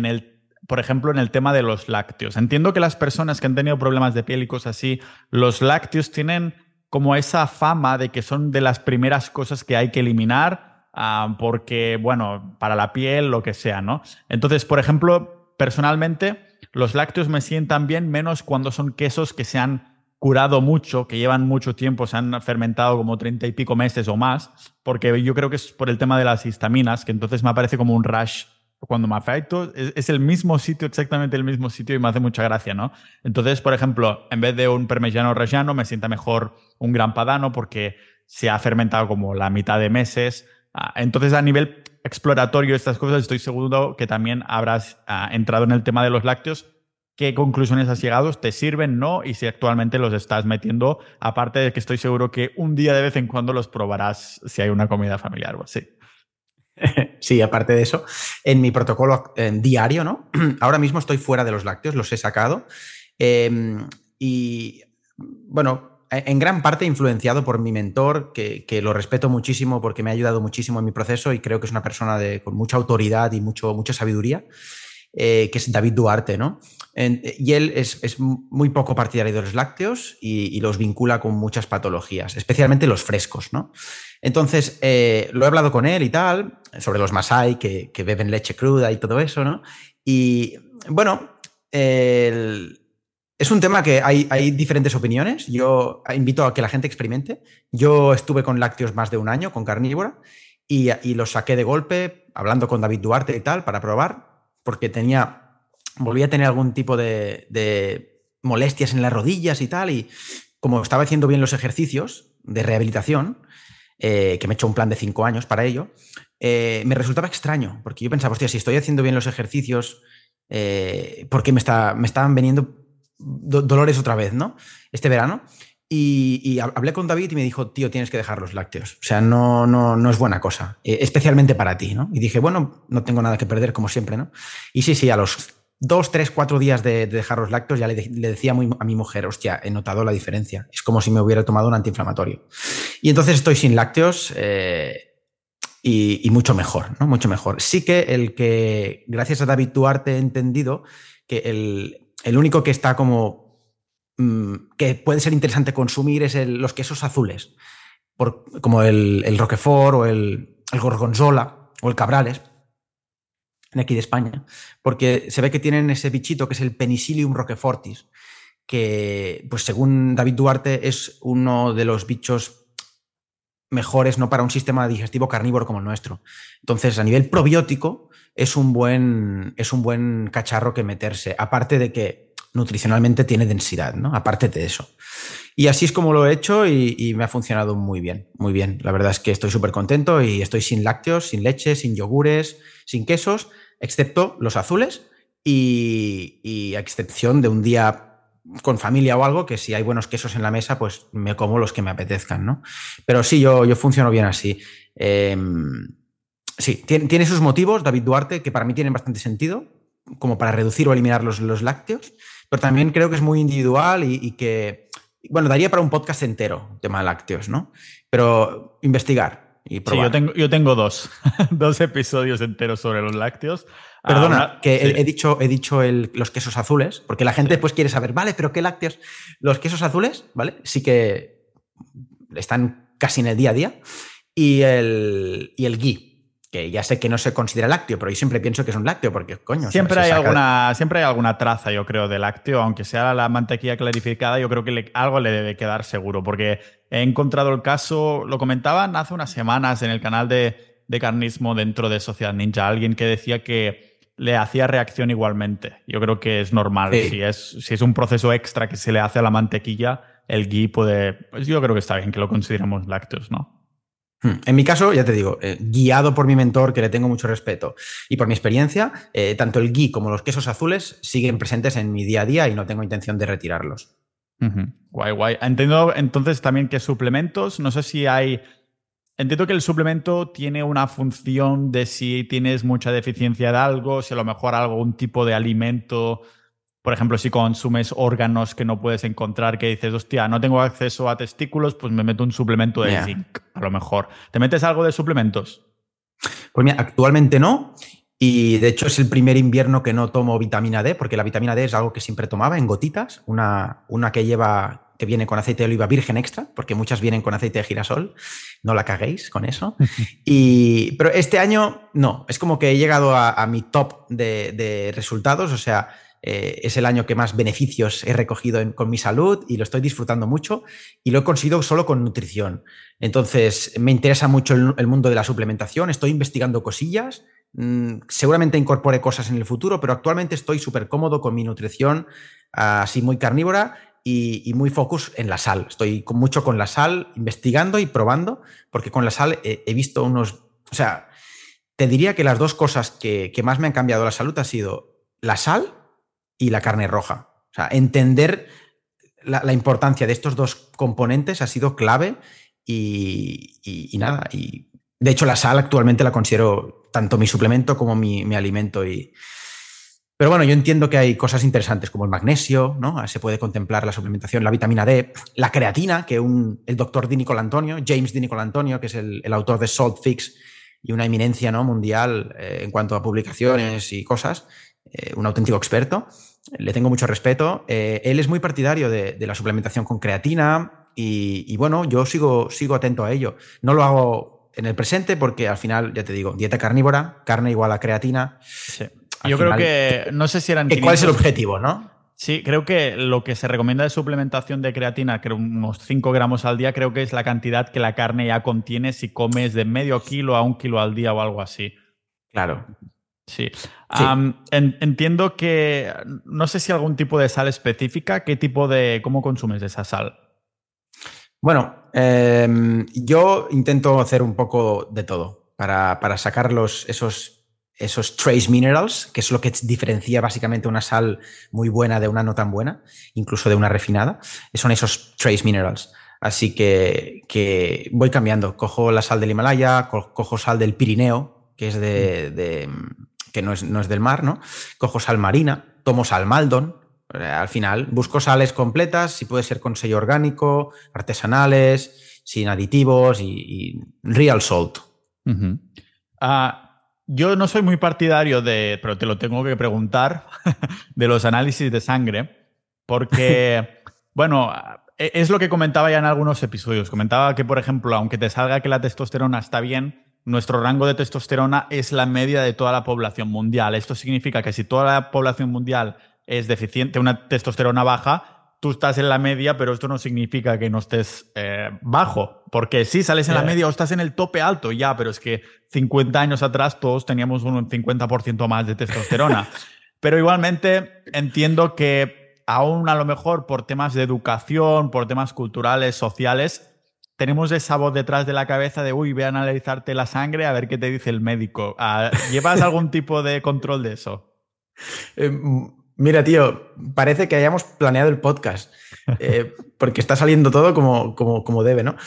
[SPEAKER 2] por ejemplo, en el tema de los lácteos. Entiendo que las personas que han tenido problemas de piel y cosas así, los lácteos tienen como esa fama de que son de las primeras cosas que hay que eliminar porque, bueno, para la piel, lo que sea, ¿no? Entonces, por ejemplo, personalmente, los lácteos me sientan bien, menos cuando son quesos que se han curado mucho, que llevan mucho tiempo, se han fermentado como 30 y pico meses o más, porque yo creo que es por el tema de las histaminas, que entonces me aparece como un rash cuando me afeito. Es el mismo sitio, exactamente el mismo sitio y me hace mucha gracia, ¿no? Entonces, por ejemplo, en vez de un parmigiano reggiano, me sienta mejor un gran padano porque se ha fermentado como la mitad de meses. Entonces, a nivel exploratorio estas cosas, estoy seguro que también habrás entrado en el tema de los lácteos. ¿Qué conclusiones has llegado? ¿Te sirven? ¿No? Y si actualmente los estás metiendo, aparte de que estoy seguro que un día de vez en cuando los probarás si hay una comida familiar o así.
[SPEAKER 1] Sí, aparte de eso, en mi protocolo diario, ¿no? Ahora mismo estoy fuera de los lácteos, los he sacado. Y bueno, en gran parte influenciado por mi mentor, que lo respeto muchísimo porque me ha ayudado muchísimo en mi proceso y creo que es una persona con mucha autoridad y mucha sabiduría. que es David Duarte, ¿no? Y él es muy poco partidario de los lácteos y los vincula con muchas patologías, especialmente los frescos, ¿no? Entonces, lo he hablado con él y tal, sobre los Masái que beben leche cruda y todo eso, ¿no? Y bueno, es un tema que hay diferentes opiniones. Yo invito a que la gente experimente. Yo estuve con lácteos más de un año, con carnívora, y los saqué de golpe, hablando con David Duarte y tal, para probar, porque volví a tener algún tipo de molestias en las rodillas y tal, y como estaba haciendo bien los ejercicios de rehabilitación, que me he hecho un plan de 5 años para ello, me resultaba extraño, porque yo pensaba, hostia, si estoy haciendo bien los ejercicios, ¿por qué me estaban veniendo dolores otra vez, ¿no? Este verano. Y hablé con David y me dijo, tío, tienes que dejar los lácteos. O sea, no es buena cosa, especialmente para ti, ¿no? Y dije, bueno, no tengo nada que perder, como siempre, ¿no? Y sí, a los 2, 3, 4 días de dejar los lácteos ya le decía a mi mujer, hostia, he notado la diferencia. Es como si me hubiera tomado un antiinflamatorio. Y entonces estoy sin lácteos y mucho mejor, ¿no? Mucho mejor. Sí que gracias a David Duarte he entendido que el único que está como que puede ser interesante consumir es los quesos azules, como el Roquefort o el Gorgonzola o el Cabrales, de aquí de España, porque se ve que tienen ese bichito que es el Penicillium roquefortis, que, pues según David Duarte, es uno de los bichos mejores, ¿no?, para un sistema digestivo carnívoro como el nuestro. Entonces, a nivel probiótico, es un buen cacharro que meterse, aparte de que nutricionalmente tiene densidad, ¿no? Aparte de eso. Y así es como lo he hecho y me ha funcionado muy bien, muy bien. La verdad es que estoy súper contento y estoy sin lácteos, sin leche, sin yogures, sin quesos, excepto los azules y a excepción de un día con familia o algo, que si hay buenos quesos en la mesa, pues me como los que me apetezcan, ¿no? Pero sí, yo funciono bien así. Sí, tiene sus motivos, David Duarte, que para mí tienen bastante sentido, como para reducir o eliminar los lácteos, pero también creo que es muy individual y que, bueno, daría para un podcast entero, tema de lácteos, ¿no? Pero investigar y probar.
[SPEAKER 2] Sí, yo tengo dos episodios enteros sobre los lácteos.
[SPEAKER 1] Perdona, que sí. he dicho los quesos azules, porque la gente pues quiere saber, vale, pero ¿qué lácteos? Los quesos azules, ¿vale? Sí que están casi en el día a día. Y el ghee, que ya sé que no se considera lácteo, pero yo siempre pienso que es un lácteo, porque, coño...
[SPEAKER 2] Siempre hay alguna traza, yo creo, de lácteo, aunque sea la mantequilla clarificada, yo creo que algo le debe quedar seguro, porque he encontrado el caso, lo comentaban hace unas semanas en el canal de Carnismo dentro de Sociedad Ninja, alguien que decía que le hacía reacción igualmente. Yo creo que es normal. Sí. Si es un proceso extra que se le hace a la mantequilla, el ghee puede... Pues yo creo que está bien que lo consideremos lácteos, ¿no?
[SPEAKER 1] En mi caso, ya te digo, guiado por mi mentor, que le tengo mucho respeto, y por mi experiencia, tanto el ghee como los quesos azules siguen presentes en mi día a día y no tengo intención de retirarlos.
[SPEAKER 2] Guay. Entiendo entonces también que suplementos, no sé si hay... Entiendo que el suplemento tiene una función de si tienes mucha deficiencia de algo, si a lo mejor algún tipo de alimento... Por ejemplo, si consumes órganos que no puedes encontrar, que dices, hostia, no tengo acceso a testículos, pues me meto un suplemento de zinc, a lo mejor. ¿Te metes algo de suplementos?
[SPEAKER 1] Pues mira, actualmente no. Y de hecho es el primer invierno que no tomo vitamina D, porque la vitamina D es algo que siempre tomaba en gotitas. Una que viene con aceite de oliva virgen extra, porque muchas vienen con aceite de girasol. No la caguéis con eso. Pero este año no. Es como que he llegado a mi top de resultados. O sea... es el año que más beneficios he recogido con mi salud y lo estoy disfrutando mucho y lo he conseguido solo con nutrición. Entonces, me interesa mucho el mundo de la suplementación, estoy investigando cosillas, seguramente incorpore cosas en el futuro, pero actualmente estoy súper cómodo con mi nutrición, así muy carnívora y muy focus en la sal. Estoy mucho con la sal, investigando y probando, porque con la sal he visto unos... O sea, te diría que las dos cosas que más me han cambiado la salud ha sido la sal y la carne roja. O sea, entender la importancia de estos dos componentes ha sido clave y nada. Y de hecho, la sal actualmente la considero tanto mi suplemento como mi alimento. Pero bueno, yo entiendo que hay cosas interesantes como el magnesio, ¿no? Se puede contemplar la suplementación, la vitamina D, la creatina, que el doctor Di Nicolantonio, James Di Nicolantonio, que es el autor de Salt Fix y una eminencia, ¿no?, mundial en cuanto a publicaciones y cosas, un auténtico experto. Le tengo mucho respeto. Él es muy partidario de la suplementación con creatina y bueno, yo sigo atento a ello. No lo hago en el presente porque al final, ya te digo, dieta carnívora, carne igual a creatina.
[SPEAKER 2] Sí. Yo creo que, no sé si eran 500...
[SPEAKER 1] ¿Cuál es el objetivo, no?
[SPEAKER 2] Sí, creo que lo que se recomienda de suplementación de creatina, creo unos 5 gramos al día, creo que es la cantidad que la carne ya contiene si comes de medio kilo a 1 kilo al día o algo así.
[SPEAKER 1] Claro.
[SPEAKER 2] Sí.
[SPEAKER 1] Sí.
[SPEAKER 2] Entiendo que, no sé si algún tipo de sal específica, ¿cómo consumes esa sal?
[SPEAKER 1] Bueno, yo intento hacer un poco de todo para sacar esos trace minerals, que es lo que diferencia básicamente una sal muy buena de una no tan buena, incluso de una refinada. Son esos trace minerals. Así que voy cambiando. Cojo la sal del Himalaya, cojo sal del Pirineo, que es que no es del mar, ¿no? Cojo sal marina, tomo sal Maldon. Al final busco sales completas, si puede ser con sello orgánico, artesanales, sin aditivos y real salt.
[SPEAKER 2] Uh-huh. Yo no soy muy partidario pero te lo tengo que preguntar, de los análisis de sangre, porque, bueno, es lo que comentaba ya en algunos episodios. Comentaba que, por ejemplo, aunque te salga que la testosterona está bien, nuestro rango de testosterona es la media de toda la población mundial. Esto significa que si toda la población mundial es deficiente, una testosterona baja, tú estás en la media, pero esto no significa que no estés bajo. Porque sí, sales en la media o estás en el tope alto, ya, pero es que 50 años atrás todos teníamos un 50% más de testosterona. Pero igualmente entiendo que aún a lo mejor por temas de educación, por temas culturales, sociales, tenemos esa voz detrás de la cabeza de uy, ve a analizarte la sangre a ver qué te dice el médico. ¿Llevas algún tipo de control de eso?
[SPEAKER 1] Mira, tío, parece que hayamos planeado el podcast, porque está saliendo todo como debe, ¿no?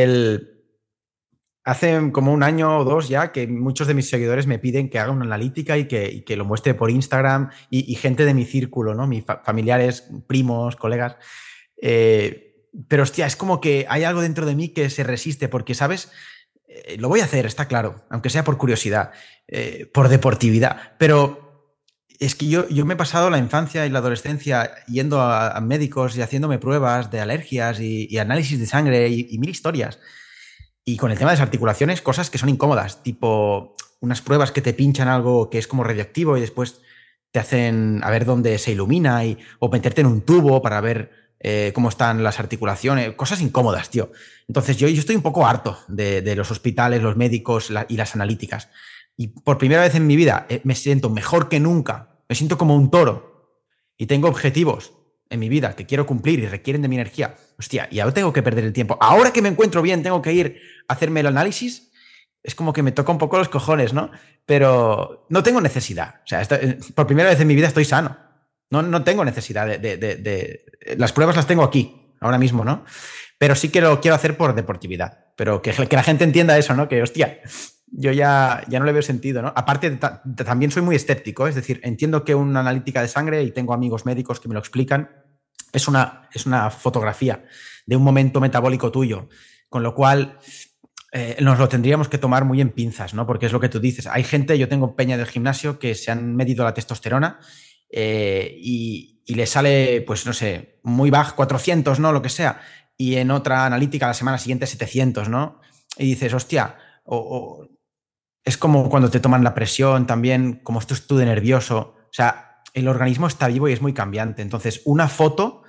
[SPEAKER 1] Hace como 1 año o 2 ya que muchos de mis seguidores me piden que haga una analítica y que lo muestre por Instagram y gente de mi círculo, ¿no? Mis familiares, primos, colegas. Pero hostia, es como que hay algo dentro de mí que se resiste porque, ¿sabes? Lo voy a hacer, está claro, aunque sea por curiosidad, por deportividad, pero es que yo me he pasado la infancia y la adolescencia yendo a médicos y haciéndome pruebas de alergias y análisis de sangre y mil historias. Y con el tema de las articulaciones, cosas que son incómodas, tipo unas pruebas que te pinchan algo que es como radioactivo y después te hacen a ver dónde se ilumina o meterte en un tubo para ver cómo están las articulaciones, cosas incómodas, tío. Entonces yo estoy un poco harto de los hospitales, los médicos y las analíticas. Y por primera vez en mi vida me siento mejor que nunca, me siento como un toro y tengo objetivos en mi vida que quiero cumplir y requieren de mi energía. Hostia, y ahora tengo que perder el tiempo. Ahora que me encuentro bien, tengo que ir a hacerme el análisis. Es como que me toca un poco los cojones, ¿no? Pero no tengo necesidad. O sea, por primera vez en mi vida estoy sano. No tengo necesidad Las pruebas las tengo aquí, ahora mismo, ¿no? Pero sí que lo quiero hacer por deportividad. Pero que la gente entienda eso, ¿no? Que, hostia, yo ya no le veo sentido, ¿no? Aparte, también soy muy escéptico, es decir, entiendo que una analítica de sangre, y tengo amigos médicos que me lo explican, es una fotografía de un momento metabólico tuyo, con lo cual nos lo tendríamos que tomar muy en pinzas, ¿no? Porque es lo que tú dices. Hay gente, yo tengo peña del gimnasio que se han medido la testosterona y le sale, pues no sé, muy bajo, 400, ¿no? Lo que sea. Y en otra analítica la semana siguiente 700, ¿no? Y dices, hostia, es como cuando te toman la presión también, como estás tú de nervioso. O sea, el organismo está vivo y es muy cambiante. Entonces, una foto,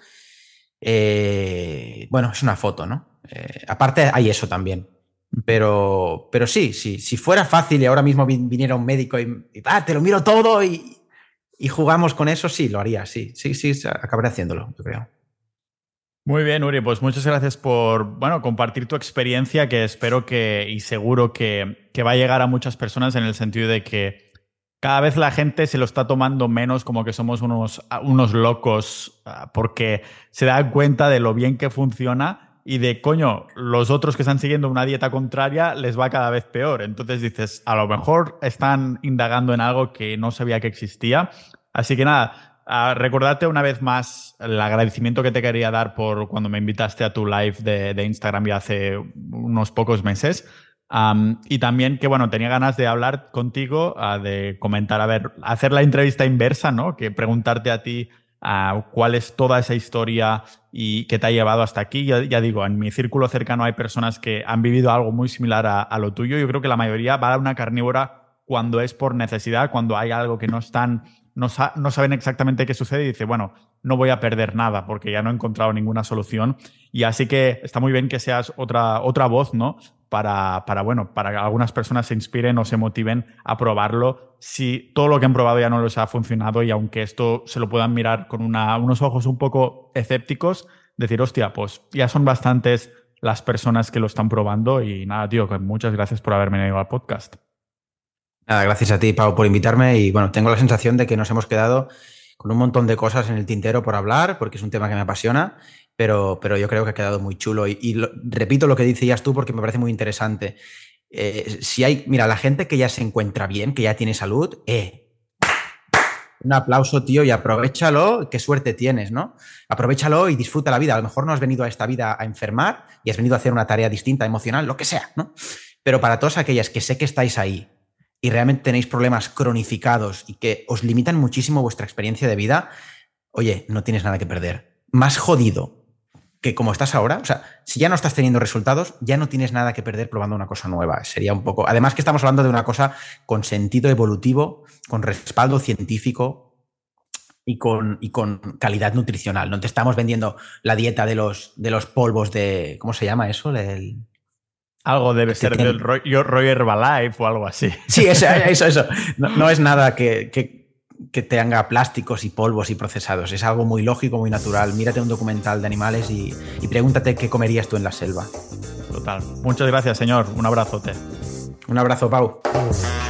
[SPEAKER 1] bueno, es una foto, ¿no? Aparte hay eso también. Pero sí, si fuera fácil y ahora mismo viniera un médico y te lo miro todo y jugamos con eso, sí, lo haría, sí, acabaré haciéndolo, yo creo.
[SPEAKER 2] Muy bien, Uri, pues muchas gracias por compartir tu experiencia, que espero y seguro que va a llegar a muchas personas en el sentido de que cada vez la gente se lo está tomando menos como que somos unos locos porque se dan cuenta de lo bien que funciona y de, coño, los otros que están siguiendo una dieta contraria les va cada vez peor. Entonces dices, a lo mejor están indagando en algo que no sabía que existía. Así que nada, recordarte una vez más el agradecimiento que te quería dar por cuando me invitaste a tu live de Instagram ya hace unos pocos meses. Y también que, bueno, tenía ganas de hablar contigo, de comentar, a ver, hacer la entrevista inversa, ¿no? Que preguntarte a ti cuál es toda esa historia y que te ha llevado hasta aquí. Ya digo, en mi círculo cercano hay personas que han vivido algo muy similar a lo tuyo. Yo creo que la mayoría va a una carnívora cuando es por necesidad, cuando hay algo que no saben exactamente qué sucede y dice, bueno, no voy a perder nada porque ya no he encontrado ninguna solución. Y así que está muy bien que seas otra voz, ¿no? Para que algunas personas se inspiren o se motiven a probarlo si todo lo que han probado ya no les ha funcionado, y aunque esto se lo puedan mirar con unos ojos un poco escépticos, decir, hostia, pues ya son bastantes las personas que lo están probando. Y nada, tío, muchas gracias por haberme venido al podcast.
[SPEAKER 1] Nada, gracias a ti, Pau, por invitarme, y bueno, tengo la sensación de que nos hemos quedado con un montón de cosas en el tintero por hablar, porque es un tema que me apasiona. Pero yo creo que ha quedado muy chulo. Repito lo que decías tú porque me parece muy interesante. Mira, la gente que ya se encuentra bien, que ya tiene salud, un aplauso, tío, y aprovéchalo. Qué suerte tienes, ¿no? Aprovéchalo y disfruta la vida. A lo mejor no has venido a esta vida a enfermar y has venido a hacer una tarea distinta, emocional, lo que sea, ¿no? Pero para todas aquellas que sé que estáis ahí y realmente tenéis problemas cronificados y que os limitan muchísimo vuestra experiencia de vida, oye, no tienes nada que perder. Más jodido que como estás ahora, o sea, si ya no estás teniendo resultados, ya no tienes nada que perder probando una cosa nueva. Sería un poco... Además que estamos hablando de una cosa con sentido evolutivo, con respaldo científico y con calidad nutricional. No te estamos vendiendo la dieta de los polvos de... ¿Cómo se llama eso?
[SPEAKER 2] Algo debe ser del rollo Herbalife o algo así.
[SPEAKER 1] Sí, eso. No es nada que tenga plásticos y polvos y procesados. Es algo muy lógico, muy natural. Mírate un documental de animales y pregúntate qué comerías tú en la selva.
[SPEAKER 2] Total. Muchas gracias, señor. Un abrazote.
[SPEAKER 1] Un abrazo, Pau.